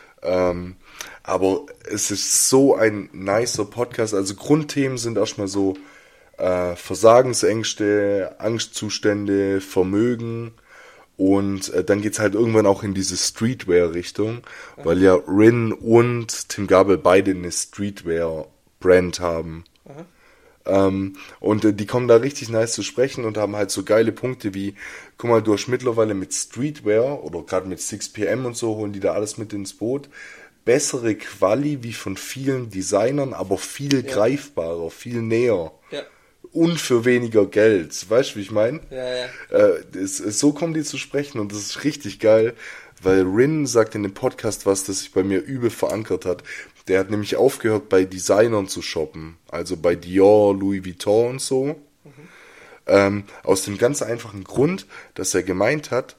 Aber es ist so ein nicer Podcast. Also Grundthemen sind erstmal so Versagensängste, Angstzustände, Vermögen. Und dann geht's halt irgendwann auch in diese Streetwear-Richtung. Weil ja Rin und Tim Gabel beide eine Streetwear Brand haben. Und die kommen da richtig nice zu sprechen und haben halt so geile Punkte wie, guck mal, du hast mittlerweile mit Streetwear oder gerade mit 6PM und so, holen die da alles mit ins Boot. Bessere Quali wie von vielen Designern, aber viel greifbarer, viel näher. Ja. Und für weniger Geld. Weißt du, wie ich meine? Ja. So kommen die zu sprechen und das ist richtig geil, weil Rin sagt in dem Podcast was, das sich bei mir übel verankert hat. Der hat nämlich aufgehört, bei Designern zu shoppen. Also bei Dior, Louis Vuitton und so. Aus dem ganz einfachen Grund, dass er gemeint hat,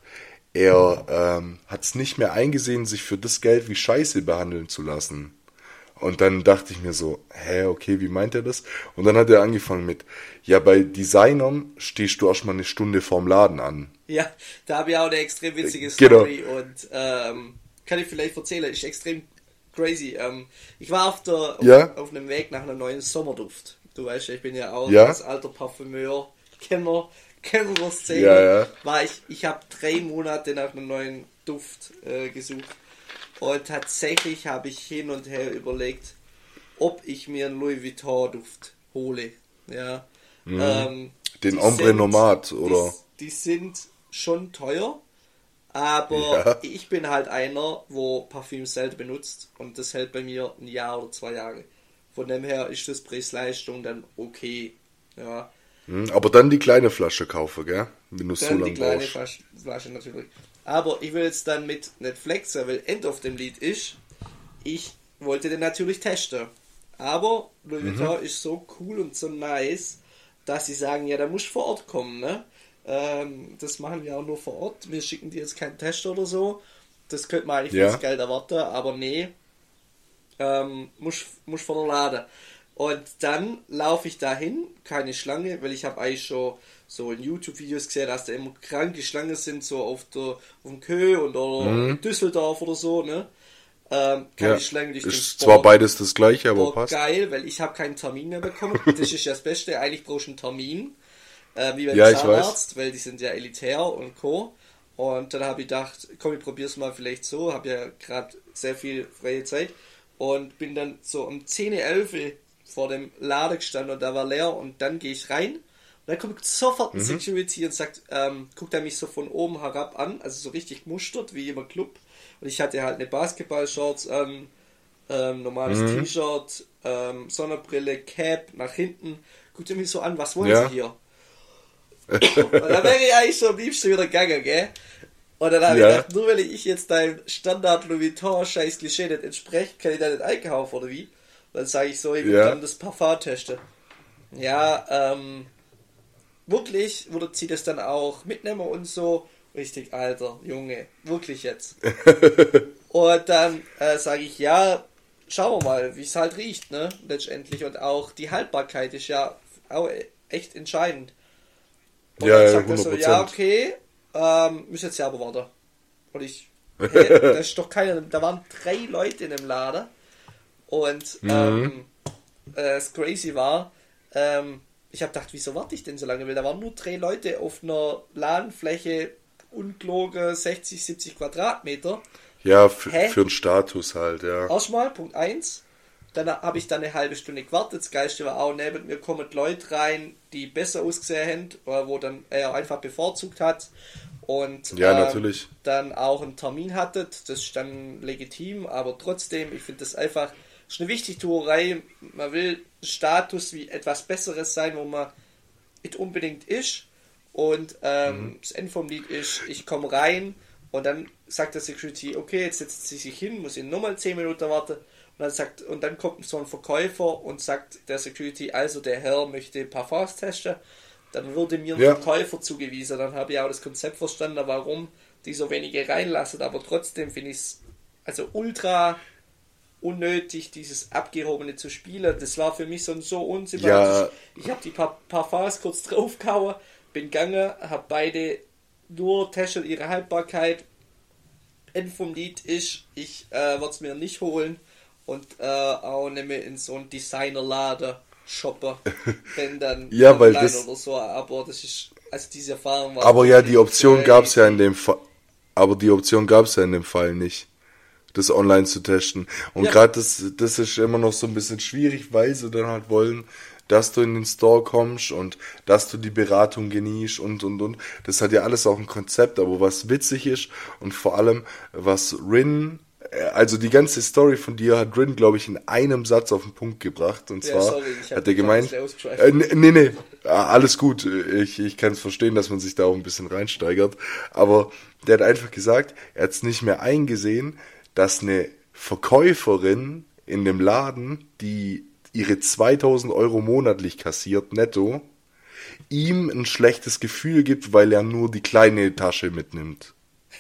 er hat es nicht mehr eingesehen, sich für das Geld wie Scheiße behandeln zu lassen. Und dann dachte ich mir so, okay, wie meint er das? Und dann hat er angefangen mit, ja, bei Designern stehst du erstmal eine Stunde vorm Laden an. Ja, da habe ich auch eine extrem witzige Story und kann ich vielleicht erzählen, ist extrem crazy. Ich war auf einem Weg nach einem neuen Sommerduft. Du weißt ja, ich bin ja auch als alter Parfümeur, Kenner der Szene. Ich habe 3 Monate nach einem neuen Duft gesucht. Und tatsächlich habe ich hin und her überlegt, ob ich mir einen Louis Vuitton Duft hole. Ja. Den Ombre Nomad, oder? Die sind schon teuer, aber ich bin halt einer, wo Parfüm selten benutzt und das hält bei mir 1 Jahr oder 2 Jahre. Von dem her ist das Preis-Leistung dann okay. Ja. Aber dann die kleine Flasche kaufen, gell? Wenn du so lange brauchst. Die kleine Flasche natürlich. Aber ich will jetzt dann mit nicht flexen, weil End of dem Lied ist, ich wollte den natürlich testen. Aber Louis Vuitton ist so cool und so nice, dass sie sagen, ja, da musst du vor Ort kommen, ne? Das machen wir auch nur vor Ort. Wir schicken dir jetzt keinen Test oder so. Das könnte man eigentlich für das Geld erwarten, aber nee. Muss vor der Laden. Und dann laufe ich dahin, keine Schlange, weil ich habe eigentlich schon so in YouTube-Videos gesehen, dass da immer kranke Schlangen sind, so auf dem Kö oder in Düsseldorf oder so, ne? Keine Schlange. Ist zwar beides das gleiche, aber passt. Geil, weil ich habe keinen Termin mehr bekommen. Das ist ja das Beste. Eigentlich brauchst du einen Termin, wie beim Zahnarzt, weil die sind ja elitär und Co. Und dann habe ich gedacht, komm, ich probier's mal vielleicht so. Habe ja gerade sehr viel freie Zeit und bin dann so um 10, 11 vor dem Laden gestanden und da war leer und dann gehe ich rein und dann kommt sofort ein Security und sagt, guckt er mich so von oben herab an, also so richtig gemustert, wie immer Club. Und ich hatte halt eine Basketball-Shorts an, normales T-Shirt, Sonnenbrille, Cap nach hinten. Guckt er mich so an, was wollen Sie hier? Und dann wäre ich eigentlich so am liebsten wieder gegangen, gell? Und dann habe ich gedacht, nur weil ich jetzt deinem Standard Louis Vuitton scheiß Klischee nicht entspreche, kann ich da nicht einkaufen, oder wie? Dann sage ich so, ich will dann das Parfum testen. Ja, wirklich, würde sie das dann auch mitnehmen und so. Richtig, Alter, Junge, wirklich jetzt. Und dann sage ich, ja, schauen wir mal, wie es halt riecht, ne, letztendlich. Und auch die Haltbarkeit ist ja auch echt entscheidend. Und dann sagt er so, ja, okay, müssen jetzt ja aber warten. Und ich, hey, da ist doch keiner, da waren 3 Leute in dem Laden. Und das Crazy war, ich habe gedacht, wieso warte ich denn so lange? Weil da waren nur 3 Leute auf einer Ladenfläche, ungelogen 60, 70 Quadratmeter. Ja, für den Status halt, ja. Erstmal, Punkt 1. Dann habe ich dann eine halbe Stunde gewartet. Das Geilste war auch, neben mir kommen Leute rein, die besser ausgesehen haben, wo dann er einfach bevorzugt hat. Und natürlich. Dann auch einen Termin hattet. Das ist dann legitim, aber trotzdem, ich finde das einfach, das ist eine Wichtigtuerei. Man will Status wie etwas Besseres sein, wo man nicht unbedingt ist. Und das Ende vom Lied ist, ich komme rein und dann sagt der Security, okay, jetzt setzt sie sich hin, muss ich nochmal 10 Minuten warten. Und dann kommt so ein Verkäufer und sagt der Security, also der Herr möchte Parfums testen. Dann wurde mir ein Verkäufer zugewiesen. Dann habe ich auch das Konzept verstanden, warum die so wenige reinlassen. Aber trotzdem finde ich es also ultra unnötig, dieses Abgehobene zu spielen. Das war für mich so unsympathisch. Ja. Ich habe die Parfums kurz draufgehauen, bin gegangen, habe beide nur testen ihre Haltbarkeit. Ende vom Lied ist, ich werde es mir nicht holen und auch nicht mehr in so einen Designerladen shoppen, wenn dann weil das oder so, aber das ist, also diese Erfahrung war... Aber ja, die Option gab es ja in dem Fall, aber die Option gab es ja in dem Fall nicht. das online zu testen. Und Ja. gerade das ist immer noch so ein bisschen schwierig, weil sie dann halt wollen, dass du in den Store kommst und dass du die Beratung genießt und. Das hat ja alles auch ein Konzept, aber was witzig ist und vor allem, was Rin, also die ganze Story von dir hat Rin, glaube ich, in einem Satz auf den Punkt gebracht. Und Ja, zwar sorry, ich hab hat er mich gemeint, ein bisschen ausgeschweift. nee, alles gut. Ich kann es verstehen, dass man sich da auch ein bisschen reinsteigert. Aber der hat einfach gesagt, er hat es nicht mehr eingesehen, dass eine Verkäuferin in dem Laden, die ihre 2000 Euro monatlich kassiert, netto, ihm ein schlechtes Gefühl gibt, weil er nur die kleine Tasche mitnimmt.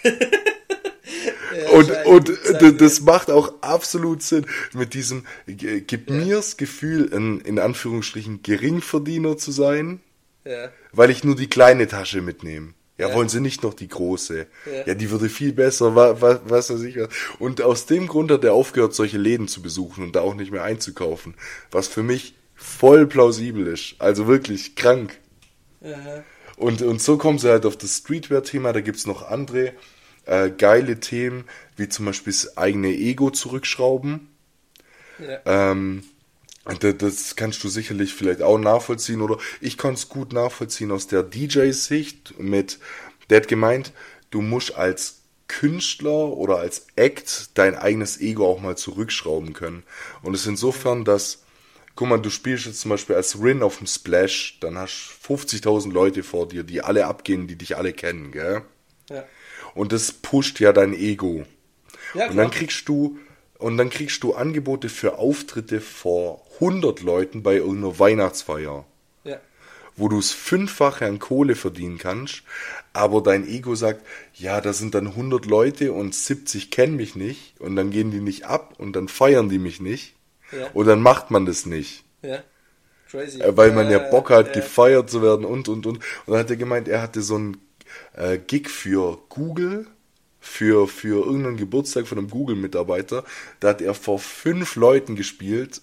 Ja, Und Zeit, das macht auch absolut Sinn mit diesem, gibt mir das Gefühl, ein, in Anführungsstrichen Geringverdiener zu sein, ja. weil ich nur die kleine Tasche mitnehme. Ja, Ja. wollen sie nicht noch die große? Ja. Ja, die würde viel besser, was weiß ich was. Und aus dem Grund hat er aufgehört, solche Läden zu besuchen und da auch nicht mehr einzukaufen. Was für mich voll plausibel ist. Also wirklich krank. Aha. Und so kommen sie halt auf das Streetwear-Thema. Da gibt's noch andere geile Themen, wie zum Beispiel das eigene Ego zurückschrauben. Ja. Das kannst du sicherlich vielleicht auch nachvollziehen, oder ich kann es gut nachvollziehen aus der DJ-Sicht der hat gemeint, du musst als Künstler oder als Act dein eigenes Ego auch mal zurückschrauben können. Und es ist insofern, dass, guck mal, du spielst jetzt zum Beispiel als Rin auf dem Splash, dann hast du 50.000 Leute vor dir, die alle abgehen, die dich alle kennen, gell? Ja. Und das pusht ja dein Ego. Ja, Und dann klar. kriegst du Angebote für Auftritte vor 100 Leuten bei irgendeiner Weihnachtsfeier, Ja. wo du es fünffache an Kohle verdienen kannst, aber dein Ego sagt, ja, da sind dann 100 Leute und 70 kennen mich nicht und dann gehen die nicht ab und dann feiern die mich nicht Ja. und dann macht man das nicht. Ja. Crazy. Weil man ja Bock hat, ja. gefeiert zu werden und. Und dann hat er gemeint, er hatte so einen Gig für Google, für irgendeinen Geburtstag von einem Google-Mitarbeiter. Da hat er vor 5 Leuten gespielt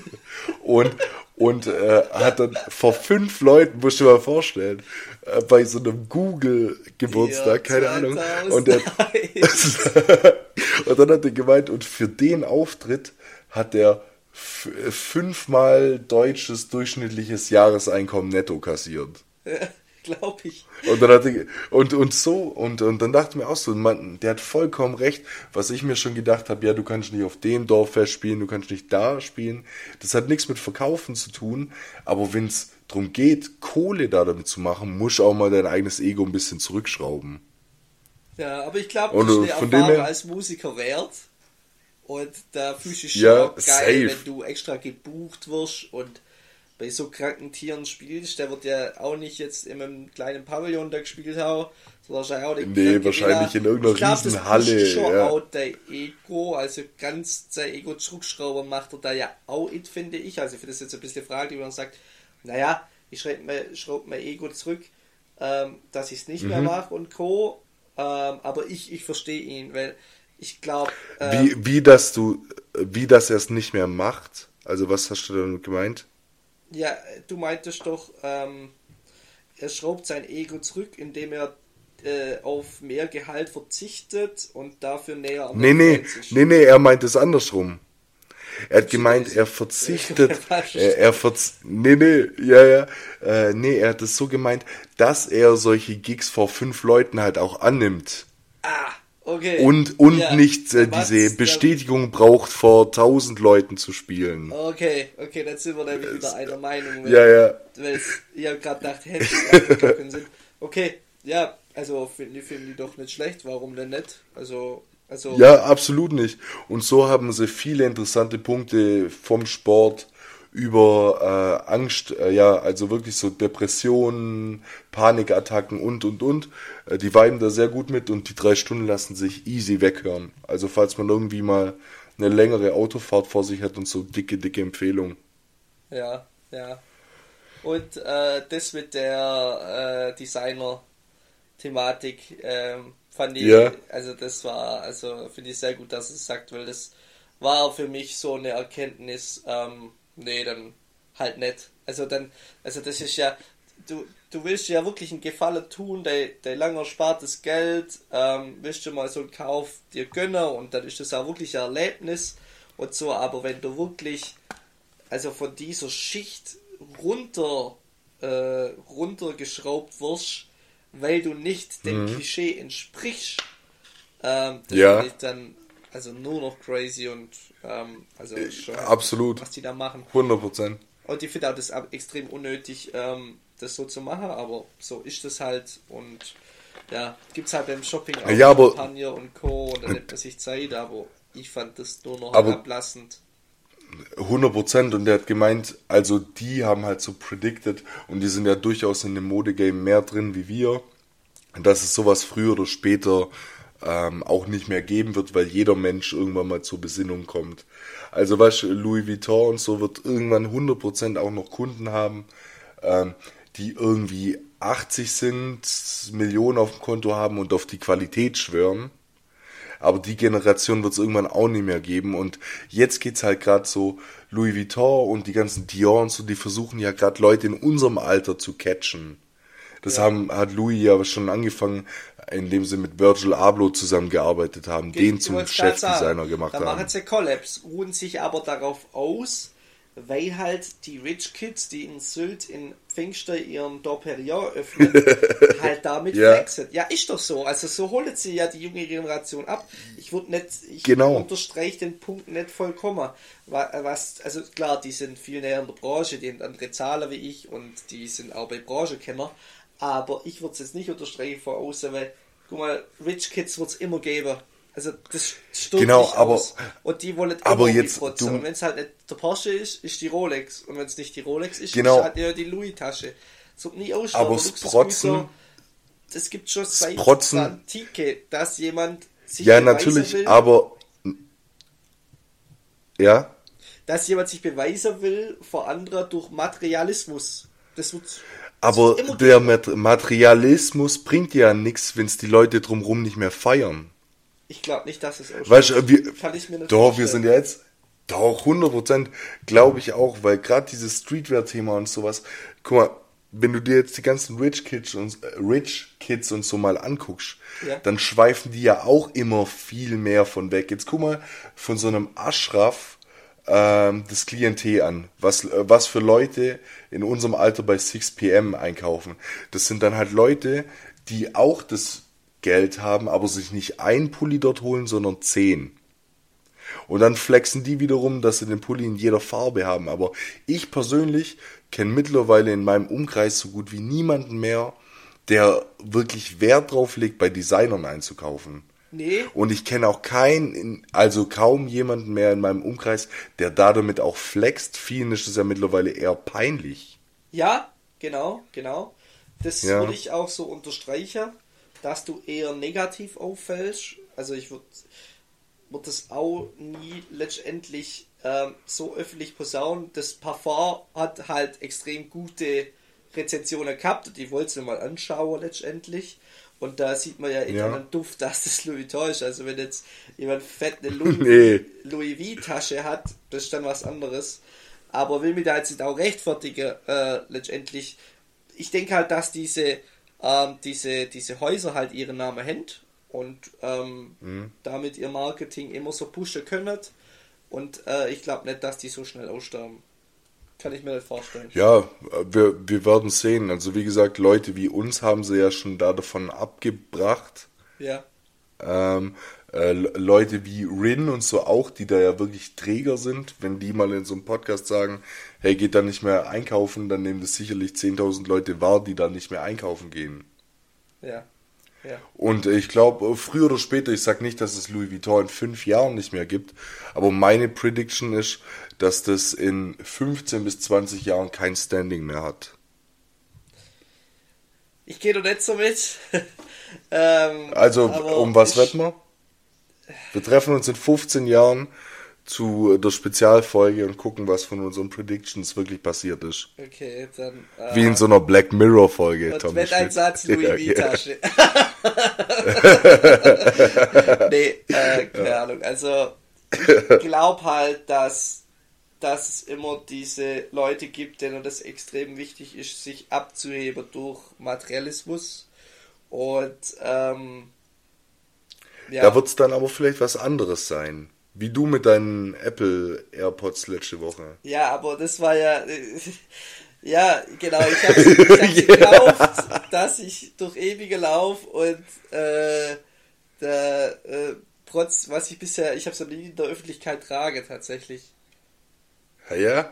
und hat dann vor 5 Leuten, musst du dir mal vorstellen, bei so einem Google-Geburtstag, keine Ahnung. Und, und dann hat er gemeint, und für den Auftritt hat er 5-mal deutsches durchschnittliches Jahreseinkommen netto kassiert. Ja, glaube ich. Und dann hatte und dann dachte ich mir auch so, Mann, der hat vollkommen recht, was ich mir schon gedacht habe, ja, du kannst nicht auf dem Dorffest spielen, du kannst nicht da spielen. Das hat nichts mit Verkaufen zu tun, aber wenn es darum geht, Kohle da damit zu machen, musst du auch mal dein eigenes Ego ein bisschen zurückschrauben. Ja, aber ich glaube, Und das ist eine von dem Erfahrung her- als Musiker wert. Und da fühlst du dich schon Ja, auch geil, safe. wenn du extra gebucht wirst und bei so kranken Tieren spielst. Der wird ja auch nicht jetzt in einem kleinen Pavillon da gespielt haben, sondern wahrscheinlich auch eine Nee, kranke wahrscheinlich Villa. in irgendeiner Ich glaub, Riesenhalle, Das pusht schon ja. auch dein Ego, also ganz sein Ego zurückschrauben macht er da ja auch it, finde ich. Also ich finde das jetzt ein bisschen fraglich, wenn man sagt, naja, ich schraube mein Ego zurück, dass ich es nicht mehr mache und Co. Aber ich verstehe ihn, weil ich glaube... Wie dass er es nicht mehr macht? Also was hast du damit gemeint? Ja, du meintest doch, er schraubt sein Ego zurück, indem er auf mehr Gehalt verzichtet und dafür näher an Nee, den Fans ist. nee, er meint es andersrum. Er hat gemeint, das- er verzichtet, Falsch er hat es so gemeint, dass er solche Gigs vor 5 Leuten halt auch annimmt. Ah, okay. Und Ja, nicht dann diese war's- Bestätigung braucht, vor 1000 Leuten zu spielen. Okay, dann sind wir nämlich wieder einer Meinung. Ja. Weil ich habe gerade gedacht, hey, das macht gar keinen Sinn. Okay, ja, also finde ich doch nicht schlecht, warum denn nicht? Also Ja, absolut nicht. Und so haben sie viele interessante Punkte vom Sport über Angst, also wirklich so Depressionen, Panikattacken und. Die viben da sehr gut mit und die 3 Stunden lassen sich easy weghören. Also falls man irgendwie mal eine längere Autofahrt vor sich hat und so dicke Empfehlung. Ja. Und das mit der Designer-Thematik fand ich, Ja. finde ich sehr gut, dass es sagt, weil das war für mich so eine Erkenntnis, nee, dann halt nicht. Also das ist ja, du willst ja wirklich einen Gefallen tun, dein lang erspartes Geld, willst du mal so einen Kauf dir gönnen und dann ist das auch wirklich ein Erlebnis und so, aber wenn du wirklich also von dieser Schicht runtergeschraubt wirst, weil du nicht dem Klischee entsprichst, das finde ich dann also nur noch crazy und also schon, absolut, was die da machen. 100%. Und ich finde auch das extrem unnötig, das so zu machen, aber so ist das halt und ja, gibt es halt beim Shopping auch Kampagne und Co. und da nimmt man sich Zeit, aber ich fand das nur noch ablassend. 100% und der hat gemeint, also die haben halt so predicted und die sind ja durchaus in dem Modegame mehr drin wie wir, dass es sowas früher oder später auch nicht mehr geben wird, weil jeder Mensch irgendwann mal zur Besinnung kommt. Also weißt du, Louis Vuitton und so wird irgendwann 100% auch noch Kunden haben, die irgendwie 80 sind, Millionen auf dem Konto haben und auf die Qualität schwören. Aber die Generation wird es irgendwann auch nicht mehr geben. Und jetzt geht's halt gerade so, Louis Vuitton und die ganzen Dior und so, die versuchen ja gerade Leute in unserem Alter zu catchen. Das hat Louis ja schon angefangen, indem sie mit Virgil Abloh zusammengearbeitet haben, den zum Chefdesigner gemacht haben. Da machen sie Collabs, ruhen sich aber darauf aus, weil halt die Rich Kids, die in Sylt in Pfingsten ihren Dorperier öffnen, halt damit flexen. Ja, ist doch so. Also so holen sie ja die junge Generation ab. Ich unterstreiche den Punkt nicht vollkommen. Also klar, die sind viel näher in der Branche, die haben andere Zahlen wie ich und die sind auch bei Branchenkenner. Aber ich würde es jetzt nicht unterstreichen von außen, weil, guck mal, Rich Kids wird es immer geben. Also das stimmt nicht aus. Und die wollen immer jetzt putzen. Und wenn es halt nicht der Porsche ist, ist die Rolex. Und wenn es nicht die Rolex ist, ist halt ja die Louis-Tasche. Es wird nie aussterben. Aber Sprotzen... Es gibt schon seit der Antike, dass jemand sich beweisen natürlich, will. Aber... Ja? Dass jemand sich beweisen will vor anderen durch Materialismus. Das wird... Aber der Materialismus bringt ja nichts, wenn es die Leute drumherum nicht mehr feiern. Ich glaube nicht, dass es kann ich mir nicht vorstellen. Wir sind ja jetzt, 100% glaube ich auch, weil gerade dieses Streetwear-Thema und sowas, guck mal, wenn du dir jetzt die ganzen Rich Kids und so mal anguckst, dann schweifen die ja auch immer viel mehr von weg. Jetzt guck mal von so einem Ashraf das Klientel an, was für Leute in unserem Alter bei 6pm einkaufen. Das sind dann halt Leute, die auch das Geld haben, aber sich nicht einen Pulli dort holen, sondern 10. Und dann flexen die wiederum, dass sie den Pulli in jeder Farbe haben. Aber ich persönlich kenne mittlerweile in meinem Umkreis so gut wie niemanden mehr, der wirklich Wert drauf legt, bei Designern einzukaufen. Nee. Und ich kenne auch kaum jemanden mehr in meinem Umkreis, der damit auch flext. Vielen ist es ja mittlerweile eher peinlich. Ja, genau. Das würde ich auch so unterstreichen, dass du eher negativ auffällst. Also ich würde das auch nie letztendlich so öffentlich posaunen. Das Parfum hat halt extrem gute Rezensionen gehabt. Die wollte ich mir mal anschauen letztendlich. Und da sieht man ja in einem Duft, dass das Louis Vuitton ist. Also wenn jetzt jemand fett eine Louis V-Tasche hat, das ist dann was anderes. Aber will mir da jetzt nicht auch rechtfertigen, letztendlich. Ich denke halt, dass diese Häuser halt ihren Namen haben und damit ihr Marketing immer so pushen können. Und ich glaube nicht, dass die so schnell aussterben. Kann ich mir nicht vorstellen. Ja, wir werden sehen. Also wie gesagt, Leute wie uns haben sie ja schon davon abgebracht. Ja. Leute wie Rin und so auch, die da ja wirklich Träger sind, wenn die mal in so einem Podcast sagen, hey, geht da nicht mehr einkaufen, dann nehmen das sicherlich 10.000 Leute wahr, die da nicht mehr einkaufen gehen. Ja. Und ich glaube, früher oder später, ich sage nicht, dass es Louis Vuitton in 5 Jahren nicht mehr gibt, aber meine Prediction ist, dass das in 15 bis 20 Jahren kein Standing mehr hat. Ich gehe doch nicht so mit. Also, um was wetten wir? Wir treffen uns in 15 Jahren zu der Spezialfolge und gucken, was von unseren Predictions wirklich passiert ist. Okay, dann... Wie in so einer Black Mirror Folge. Und wenn ein Satz Louis V-Tasche. Nee, keine Ahnung. Also, ich glaube halt, dass dass es immer diese Leute gibt, denen das extrem wichtig ist, sich abzuheben durch Materialismus. Und Da wird es dann aber vielleicht was anderes sein. Wie du mit deinen Apple AirPods letzte Woche. Ja, aber das war ja... ja, genau, ich hab's gekauft, dass ich durch ewige Lauf und trotz, was ich bisher... Ich habe es noch nie in der Öffentlichkeit trage, tatsächlich. Ja?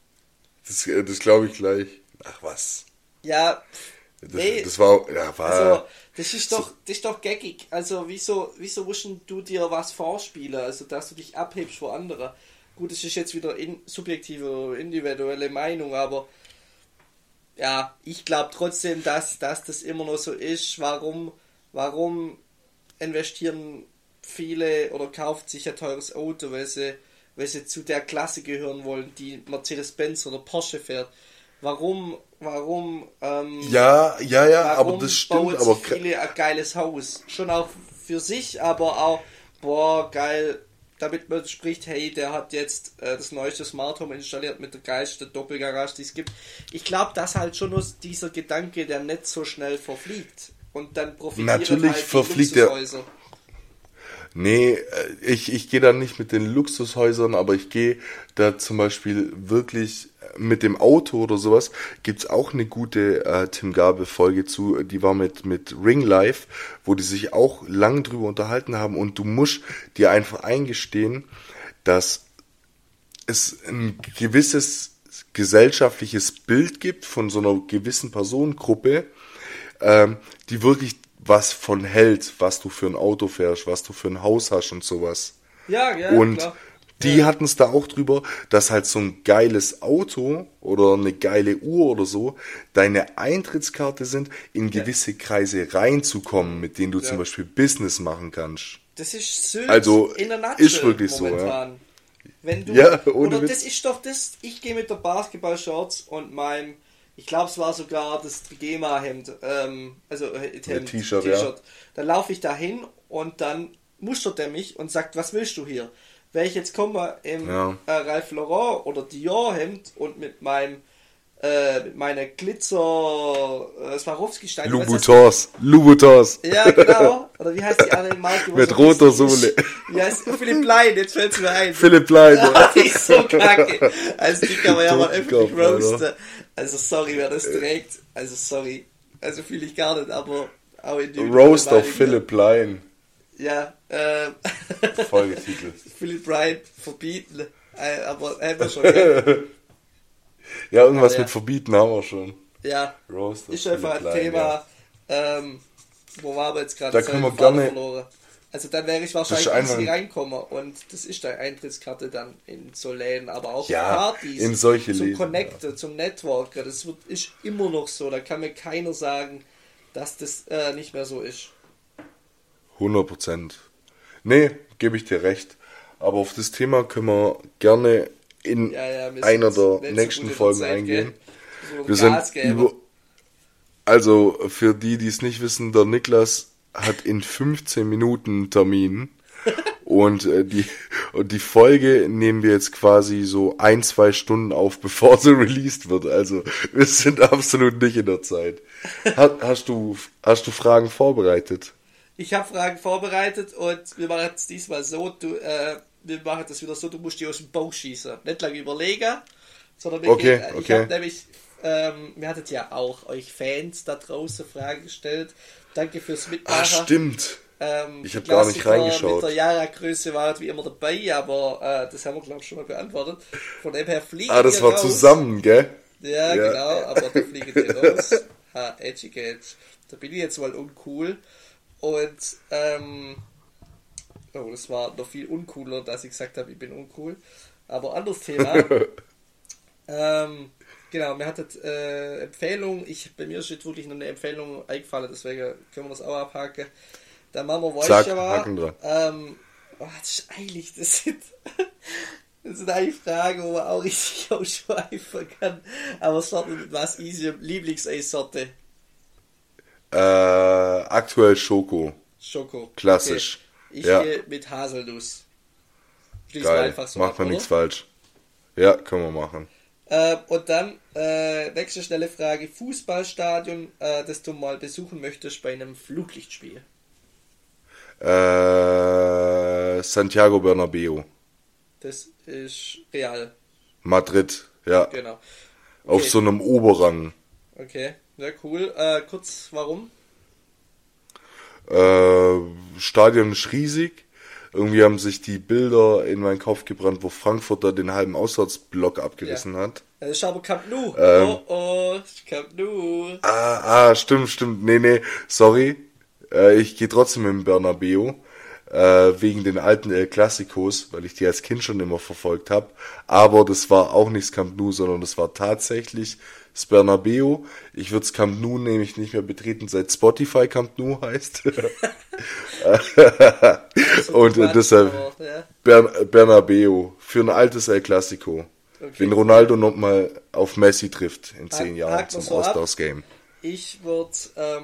Das glaube ich gleich. Ach was. Ja, Das war... Ja, also, das ist doch geckig. Also, wieso musst du dir was vorspielen? Also, dass du dich abhebst vor anderen. Gut, das ist jetzt wieder subjektive oder individuelle Meinung, aber ja, ich glaube trotzdem, dass das immer noch so ist. Warum investieren viele oder kauft sich ein teures Auto, weil sie zu der Klasse gehören wollen, die Mercedes-Benz oder Porsche fährt? Warum ja, aber das stimmt. Aber viele ein geiles Haus. Schon auch für sich, aber auch, boah, geil, damit man spricht, hey, der hat jetzt das neueste Smart Home installiert mit der geilsten Doppelgarage, die es gibt. Ich glaube, dass halt schon nur dieser Gedanke, der nicht so schnell verfliegt. Und dann profitieren natürlich halt die verfliegt der. Luxushäuser. Nee, ich gehe da nicht mit den Luxushäusern, aber ich gehe da zum Beispiel wirklich mit dem Auto oder sowas. Gibt's auch eine gute Tim Gabel-Folge zu, die war mit Ring Life, wo die sich auch lang drüber unterhalten haben und du musst dir einfach eingestehen, dass es ein gewisses gesellschaftliches Bild gibt von so einer gewissen Personengruppe, die wirklich was von hält, was du für ein Auto fährst, was du für ein Haus hast und sowas. Ja, und klar. die hatten es da auch drüber, dass halt so ein geiles Auto oder eine geile Uhr oder so deine Eintrittskarte sind, in gewisse Kreise reinzukommen, mit denen du zum Beispiel Business machen kannst. Das ist Sylt Also in der Nutshell ist wirklich momentan. so, ja. Wenn du, Ja, ohne oder Witz. das ist doch das, ich gehe mit der Basketball-Shorts und meinem, ich glaube es war sogar das Trigema-Hemd, also Hemd, T-Shirt. Dann laufe ich da hin und dann mustert er mich und sagt, was willst du hier? Wenn ich jetzt komme im Ralph Lauren oder Dior Hemd und mit meinem mit meiner Glitzer Swarovski-Stein. Louboutins. Ja, genau. Oder wie heißt die andere Marke? Mit roter Sohle. Wie heißt Philipp Plein? Jetzt fällt es mir ein. Philipp Plein. Ja, die ist so kacke. Also die kann man ja mal öffentlich roasten. Also sorry, wer das trägt. Also sorry. Also fühle ich gar nicht, aber auch in die Roast of Philipp Plein. Ja, Folgetitel. Philipp Plein verbieten. Aber haben wir schon, gell? Ja, irgendwas mit verbieten haben wir schon. Ja, Roast ist einfach ein Thema, wo waren wir jetzt gerade? Da können wir gerne verloren. Also dann wäre ich wahrscheinlich easy reinkommen und das ist deine Eintrittskarte dann in so Läden, aber auch Partys, in solche zum Läden, Connecten, zum Networker, das ist immer noch so, da kann mir keiner sagen, dass das nicht mehr so ist. 100%. Nee, gebe ich dir recht. Aber auf das Thema können wir gerne in einer der nächsten Folgen eingehen. So wir sind also für die es nicht wissen, der Niklas hat in 15 Minuten einen Termin und die Folge nehmen wir jetzt quasi so 1-2 Stunden auf, bevor sie released wird. Also wir sind absolut nicht in der Zeit. Hast du Fragen vorbereitet? Ich habe Fragen vorbereitet und wir machen es diesmal so, wir machen das wieder so, du musst die aus dem Bauch schießen. Nicht lange überlegen, sondern okay. Ich habe nämlich, wir hattet ja auch euch Fans da draußen Fragen gestellt. Danke fürs Mitmachen. Ah, stimmt. Ich habe gar nicht reingeschaut. Mit der Jahresgröße war wie immer dabei, aber das haben wir, glaube ich, schon mal beantwortet. Von dem her fliegen das war raus. Zusammen, gell? Ja, genau, aber da fliegen die raus. Educate. Da bin ich jetzt mal uncool. Und, das war noch viel uncooler, dass ich gesagt habe, ich bin uncool. Aber anderes Thema. Genau, mir hattet Empfehlung. Bei mir ist jetzt wirklich noch eine Empfehlung eingefallen, deswegen können wir das auch abhaken. Dann machen wir Voice-Java. Das ist eigentlich, das sind eigentlich Fragen, wo man auch richtig ausschweifen kann. Aber es startet mit was easy. Lieblingseissorte. Aktuell Schoko. Klassisch. Okay. Ich gehe mit Haselnuss. Geil, so macht man nichts falsch. Ja, können wir machen. Und dann, nächste schnelle Frage. Fußballstadion, das du mal besuchen möchtest bei einem Flutlichtspiel. Santiago Bernabéu. Das ist Real. Madrid, ja. Genau. Auf Okay. so einem Oberrang. Okay, ja cool. Kurz, warum? Stadion ist riesig. Irgendwie haben sich die Bilder in meinen Kopf gebrannt, wo Frankfurt da den halben Auswärtsblock abgerissen hat. Das ist aber Camp Nou. Camp Nou. Stimmt. Nee, sorry. Ich gehe trotzdem im Bernabeu. Wegen den alten El Clásicos, weil ich die als Kind schon immer verfolgt habe. Aber das war auch nicht das Camp Nou, sondern das war tatsächlich das Bernabeu. Ich würde das Camp Nou nämlich nicht mehr betreten, seit Spotify Camp Nou heißt. Und deshalb Aber, ja. Bernabeu für ein altes El Clásico. Okay. Wenn Ronaldo nochmal auf Messi trifft in 10 Hakt Jahren man zum so ab. All-Stars-Game. Ich würde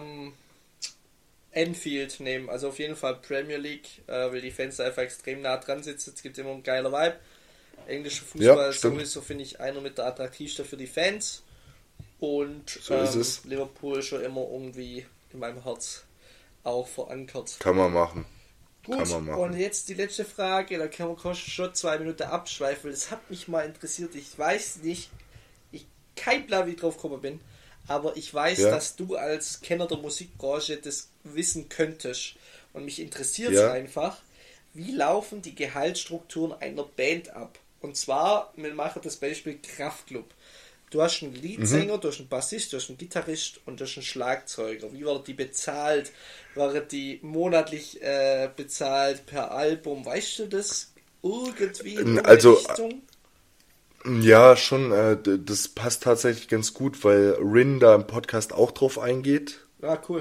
Anfield nehmen, also auf jeden Fall Premier League, weil die Fans da einfach extrem nah dran sitzen. Es gibt immer einen geiler Vibe. Englischer Fußball Ja, stimmt. sowieso finde ich einer mit der attraktivsten für die Fans. Und So ist es. Liverpool schon immer irgendwie in meinem Herz auch verankert. Kann man machen. Gut, Kann man machen. und jetzt die letzte Frage, da kann man schon 2 Minuten abschweifen. Das hat mich mal interessiert. Ich weiß nicht, kein Plan, wie ich drauf gekommen bin, aber ich weiß, Ja. dass du als Kenner der Musikbranche das wissen könntest. Und mich interessiert es Ja. einfach, wie laufen die Gehaltsstrukturen einer Band ab? Und zwar, wir machen das Beispiel Kraftklub. Du hast einen Leadsänger, du hast einen Bassist, du hast einen Gitarrist und du hast einen Schlagzeuger. Wie werden die bezahlt? Werden die monatlich bezahlt per Album? Weißt du das irgendwie in irgendeine Also, Richtung? Ja, schon. Das passt tatsächlich ganz gut, weil Rin da im Podcast auch drauf eingeht. Ja, cool.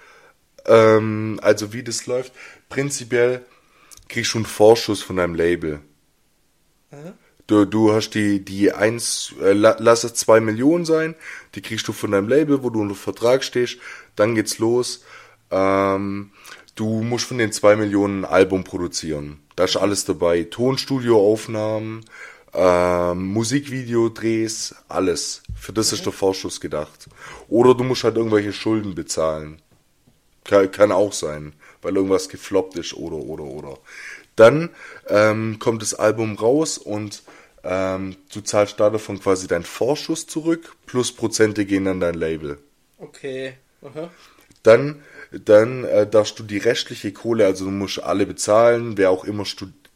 Also wie das läuft. Prinzipiell kriegst du einen Vorschuss von deinem Label. Aha. Du hast lass es 2 Millionen sein, die kriegst du von deinem Label, wo du unter Vertrag stehst, dann geht's los. Du musst von den 2 Millionen ein Album produzieren. Da ist alles dabei. Tonstudioaufnahmen, Musikvideodrehs, alles. Für das ist der Vorschuss gedacht. Oder du musst halt irgendwelche Schulden bezahlen. Kann auch sein, weil irgendwas gefloppt ist oder. Dann kommt das Album raus und du zahlst davon quasi deinen Vorschuss zurück, plus Prozente gehen an dein Label. Okay. Aha. Dann darfst du die restliche Kohle, also du musst alle bezahlen, wer auch immer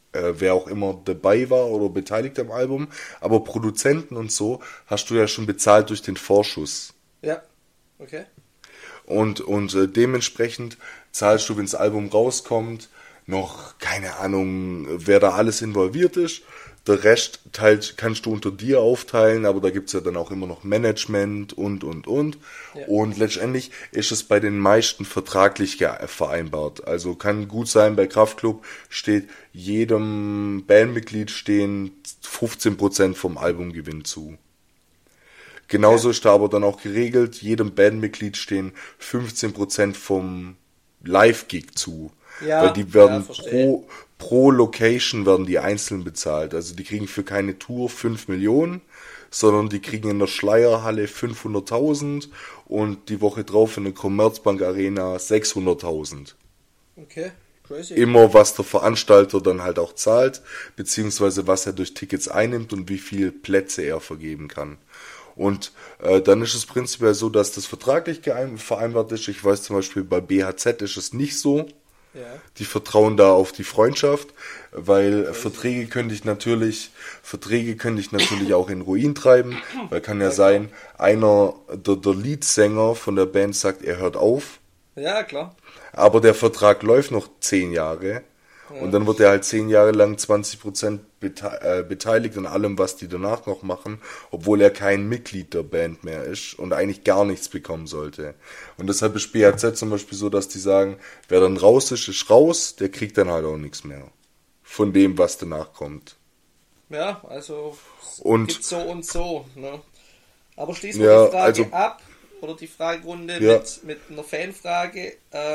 dabei war oder beteiligt am Album, aber Produzenten und so hast du ja schon bezahlt durch den Vorschuss. Ja. Okay. Und dementsprechend zahlst du, wenn das Album rauskommt, noch, keine Ahnung, wer da alles involviert ist. Der Rest kannst du unter dir aufteilen, aber da gibt's ja dann auch immer noch Management und. Ja. Und letztendlich ist es bei den meisten vertraglich vereinbart. Also kann gut sein, bei Kraftklub steht jedem Bandmitglied stehen 15% vom Albumgewinn zu. Genauso ist da aber dann auch geregelt, jedem Bandmitglied stehen 15% vom Live-Gig zu. Ja, Weil die werden verstehe. pro Location werden die einzeln bezahlt. Also die kriegen für keine Tour 5 Millionen, sondern die kriegen in der Schleierhalle 500.000 und die Woche drauf in der Commerzbank Arena 600.000. Okay. Crazy. Immer was der Veranstalter dann halt auch zahlt, beziehungsweise was er durch Tickets einnimmt und wie viele Plätze er vergeben kann. Und dann ist es prinzipiell so, dass das vertraglich vereinbart ist. Ich weiß zum Beispiel, bei BHZ ist es nicht so. Ja. Die vertrauen da auf die Freundschaft, weil Verträge könnte ich natürlich auch in Ruin treiben, weil kann ja sein, der Leadsänger von der Band sagt, er hört auf, Ja, klar. aber der Vertrag läuft noch 10 Jahre und dann wird er halt 10 Jahre lang 20% beteiligt an allem, was die danach noch machen, obwohl er kein Mitglied der Band mehr ist und eigentlich gar nichts bekommen sollte. Und deshalb ist BHZ zum Beispiel so, dass die sagen, wer dann raus ist raus, der kriegt dann halt auch nichts mehr von dem, was danach kommt. Ja, also Und- gibt so und so. Ne? Aber schließen wir Ja, die Frage also- ab, oder die Fragerunde Ja. mit einer Fanfrage.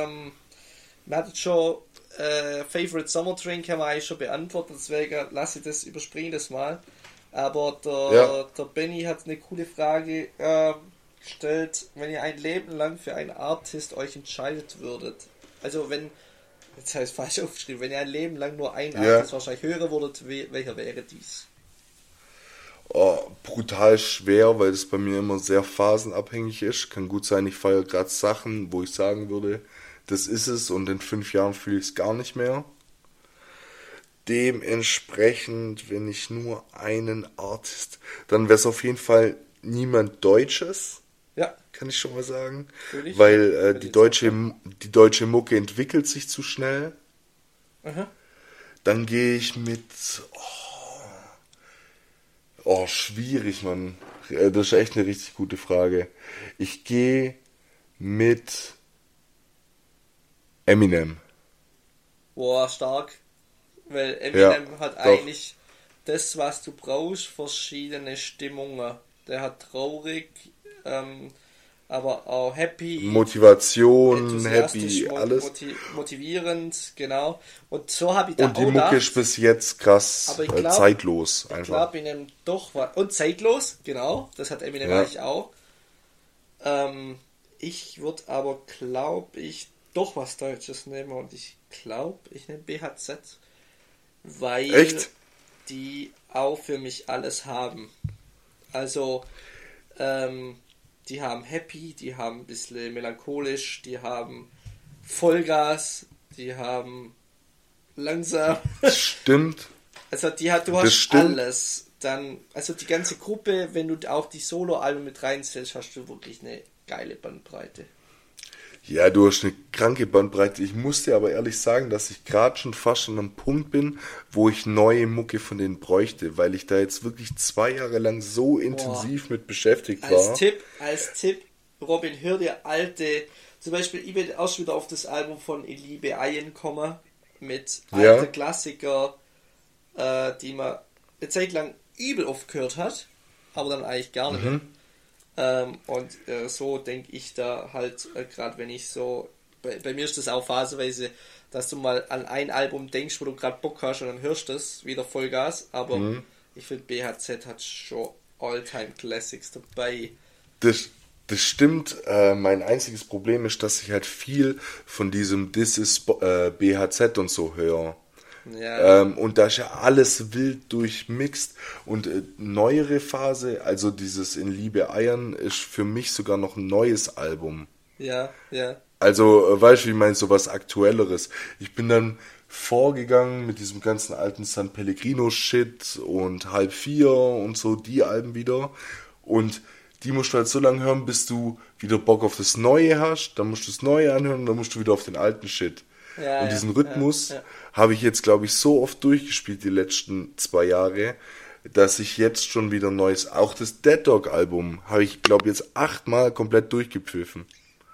Wir hatten schon Favorite Summer Drink, haben wir eigentlich schon beantwortet, deswegen lasse ich das, überspringe das mal. Aber Ja. der Benny hat eine coole Frage gestellt, wenn ihr ein Leben lang für einen Artist euch entscheidet würdet. Also wenn, jetzt heißt falsch aufgeschrieben, wenn ihr ein Leben lang nur einen Ja. Artist wahrscheinlich hören würdet, welcher wäre dies? Oh, brutal schwer, weil das bei mir immer sehr phasenabhängig ist. Kann gut sein, ich feiere gerade Sachen, wo ich sagen würde, das ist es und in 5 Jahren fühle ich es gar nicht mehr. Dementsprechend, wenn ich nur einen Artist, dann wäre es auf jeden Fall niemand Deutsches, Ja, kann ich schon mal sagen. würde ich. Weil Würde die ich jetzt deutsche Mucke entwickelt sich zu schnell. Aha. Dann gehe ich mit... Oh, schwierig, Mann. Das ist echt eine richtig gute Frage. Ich gehe mit Eminem. Boah, stark. Weil Ja, Eminem hat doch. eigentlich das, was du brauchst, verschiedene Stimmungen. Der hat traurig, aber auch happy, Motivation, enthusiastisch, happy, alles. motivierend, genau. Und so habe ich da Und die auch Mucke gedacht, ist bis jetzt krass aber ich glaub- zeitlos ich einfach. glaube Eminem doch was. Und zeitlos, genau, das hat Eminem Ja. eigentlich auch. Ich würde aber, glaube ich, doch was Deutsches nehmen und ich glaube, ich nehme BHZ, weil Echt? die auch für mich alles haben. Also, die haben Happy, die haben ein bisschen melancholisch, die haben Vollgas, die haben langsam. Stimmt. Also du Das hast stimmt. alles. Dann, also die ganze Gruppe, wenn du auch die Solo-Alben mit reinzählst, hast du wirklich eine geile Bandbreite. Ja, du hast eine kranke Bandbreite. Ich muss dir aber ehrlich sagen, dass ich gerade schon fast an einem Punkt bin, wo ich neue Mucke von denen bräuchte, weil ich da jetzt wirklich 2 Jahre lang so intensiv mit beschäftigt war. Als Tipp, Robin, hör dir alte, zum Beispiel, ich bin auch schon wieder auf das Album von Ich liebe Eien gekommen, mit Ja. alten Klassiker, die man eine Zeit lang übel oft gehört hat, aber dann eigentlich gar nicht mehr. So denke ich da halt, gerade wenn ich so, bei mir ist das auch phasenweise, dass du mal an ein Album denkst, wo du gerade Bock hast und dann hörst du es wieder Vollgas, aber ich finde BHZ hat schon All-Time Classics dabei. Das stimmt. Mein einziges Problem ist, dass ich halt viel von diesem This is BHZ und so höre. Ja, Und da ist ja alles wild durchmixt. Und neuere Phase, also dieses In Liebe Eiern, ist für mich sogar noch ein neues Album. ja. Also, weißt du, wie ich meine, so was Aktuelleres. Ich bin dann vorgegangen mit diesem ganzen alten San Pellegrino-Shit und Halb 4 und so, die Alben wieder. Und die musst du halt so lange hören, bis du wieder Bock auf das Neue hast. Dann musst du das Neue anhören und dann musst du wieder auf den alten Shit. Ja, Und diesen ja, Rhythmus ja. habe ich jetzt, glaube ich, so oft durchgespielt die letzten 2 Jahre, dass ich jetzt schon wieder neues, auch das Dead Dog Album habe ich, glaube ich, jetzt 8-mal komplett durchgepfiffen.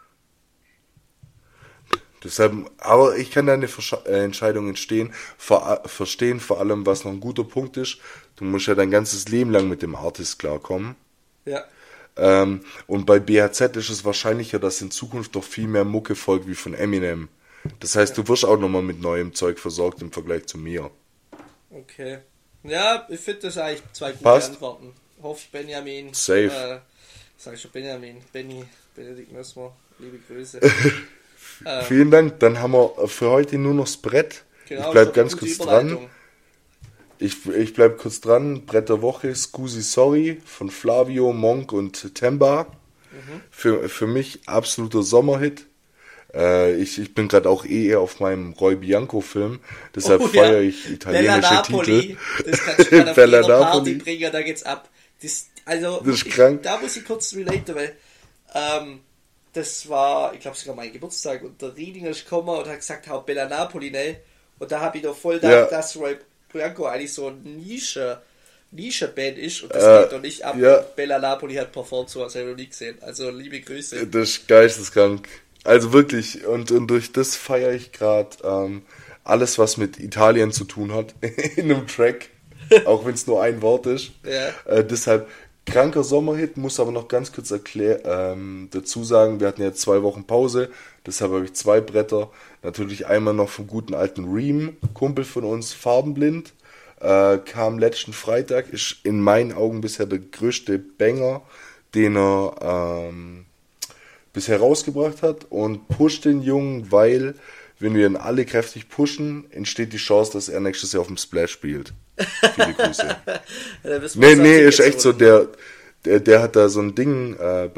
Deshalb, aber ich kann deine Entscheidung verstehen, vor allem, was noch ein guter Punkt ist. Du musst ja dein ganzes Leben lang mit dem Artist klarkommen. Ja, Und bei BHZ ist es wahrscheinlicher, dass in Zukunft noch viel mehr Mucke folgt wie von Eminem. Das heißt, du wirst auch nochmal mit neuem Zeug versorgt im Vergleich zu mir. okay. Ja, ich finde das eigentlich 2 gute Passt. Antworten. Hoffe Benjamin. Safe. Sag ich schon Benjamin. Benedikt Mössmer. Liebe Grüße. Vielen Dank. Dann haben wir für heute nur noch das Brett. Genau, Ich bleib ist doch eine ganz gute kurz dran. Überleitung. Ich bleib kurz dran. Brett der Woche, Scusi Sorry von Flavio, Monk und Temba. Für mich absoluter Sommerhit. Ich bin gerade auch eher auf meinem Roy Bianco Film, deshalb feiere ich italienische Bella Napoli. Titel. Das kannst du gerade auf Bella jeder Party Napoli. bringen, da geht's ab. Also, Das ist krank. Da muss ich kurz relaten, weil das war, ich glaube sogar mein Geburtstag und der Riedinger ist gekommen und hat gesagt, hau Bella Napoli, ne? Und da habe ich doch voll gedacht, dass Roy Bianco eigentlich so ein Nische-Band ist und das geht doch nicht ab. ja. Bella Napoli hat performt, so als hätte ich noch nie gesehen. Also liebe Grüße. Das ist geisteskrank. Also wirklich, und durch das feiere ich gerade alles, was mit Italien zu tun hat, in einem Track, auch wenn es nur ein Wort ist. Ja. Deshalb, kranker Sommerhit, muss aber noch ganz kurz dazu sagen, wir hatten jetzt 2 Wochen Pause, deshalb habe ich 2 Bretter. Natürlich einmal noch vom guten alten Reem, Kumpel von uns, Farbenblind. kam letzten Freitag, ist in meinen Augen bisher der größte Banger, den er bisher rausgebracht hat, und pusht den Jungen, weil, wenn wir ihn alle kräftig pushen, entsteht die Chance, dass er nächstes Jahr auf dem Splash spielt. Viele Grüße. Nee, ist echt so, der hat da so ein Ding,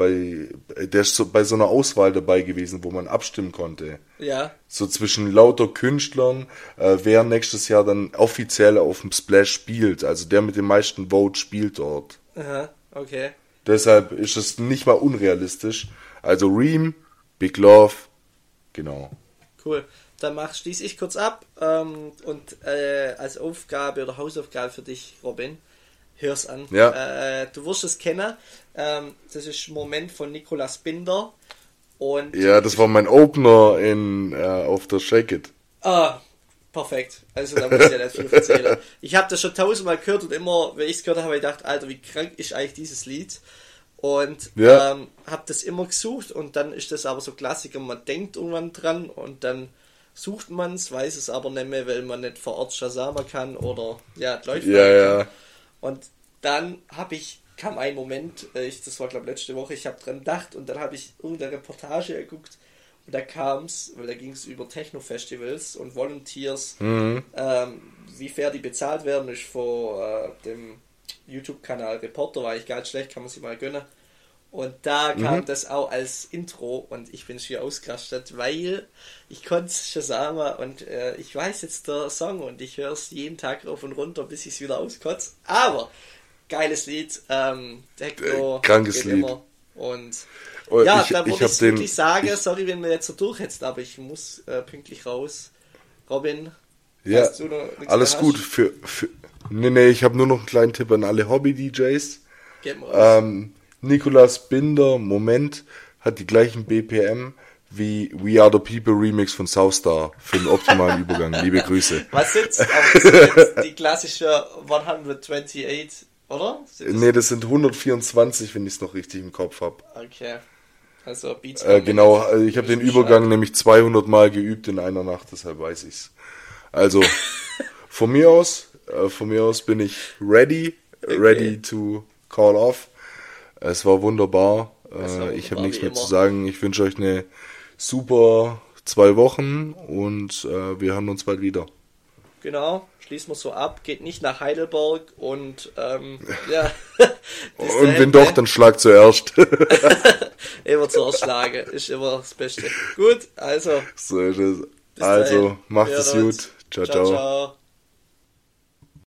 der ist so bei so einer Auswahl dabei gewesen, wo man abstimmen konnte. Ja. So zwischen lauter Künstlern, wer nächstes Jahr dann offiziell auf dem Splash spielt. Also der mit den meisten Votes spielt dort. Aha, okay. Deshalb ist es nicht mal unrealistisch. Also Reem, Big Love, genau. Cool. Dann schließe ich kurz ab und als Aufgabe oder Hausaufgabe für dich, Robin, hör's an. Ja. Du wirst es kennen. Das ist ein Moment von Nicolas Binder. Und ja, das war mein Opener auf der Shake It. Ah, perfekt. Also da muss ich ja nicht viel erzählen. Ich habe das schon 1000-mal gehört und immer, wenn ich es gehört habe, habe ich gedacht, Alter, wie krank ist eigentlich dieses Lied? Und habe das immer gesucht und dann ist das aber so Klassiker, man denkt irgendwann dran und dann sucht man es, weiß es aber nicht mehr, weil man nicht vor Ort Shazamen kann oder ja, läuft. Ja. Und dann kam ein Moment, das war glaube letzte Woche, ich habe dran gedacht und dann habe ich irgendeine Reportage geguckt und da kam's, weil da ging es über Techno-Festivals und Volunteers, wie fair die bezahlt werden, ist vor dem YouTube-Kanal Reporter, war eigentlich gar nicht schlecht, kann man sich mal gönnen. Und da kam das auch als Intro und ich bin schier ausgerastet, weil ich konnte es schon sagen und ich weiß jetzt der Song und ich höre es jeden Tag rauf und runter, bis ich es wieder auskotze. Aber geiles Lied, Techno, krankes Lied. Immer. Und ja, da würde ich wirklich sagen, sorry, wenn wir jetzt so durchhetzt, aber ich muss pünktlich raus. Robin, ja, hast du noch nichts alles gut. Nee, ich habe nur noch einen kleinen Tipp an alle Hobby-DJs. Nicolas Binder, Moment, hat die gleichen BPM wie We Are The People Remix von Southstar für den optimalen Übergang. Liebe Grüße. Was sind's? Das sind jetzt die klassische 128, oder? Nee, das sind 124, wenn ich es noch richtig im Kopf habe. Okay. Also Beats. Genau, ich habe den Übergang nämlich 200 Mal geübt in einer Nacht, deshalb weiß ich's. Also, von mir aus bin ich ready to call off. Es war wunderbar. Ich habe nichts mehr zu sagen. Ich wünsche euch eine super 2 Wochen und wir hören uns bald wieder. Genau, schließen wir so ab. Geht nicht nach Heidelberg und ja. Und wenn doch, dann schlag zuerst. Immer zuerst schlagen, ist immer das Beste. Gut, also. So ist es. Also, macht es gut. Ciao, ciao.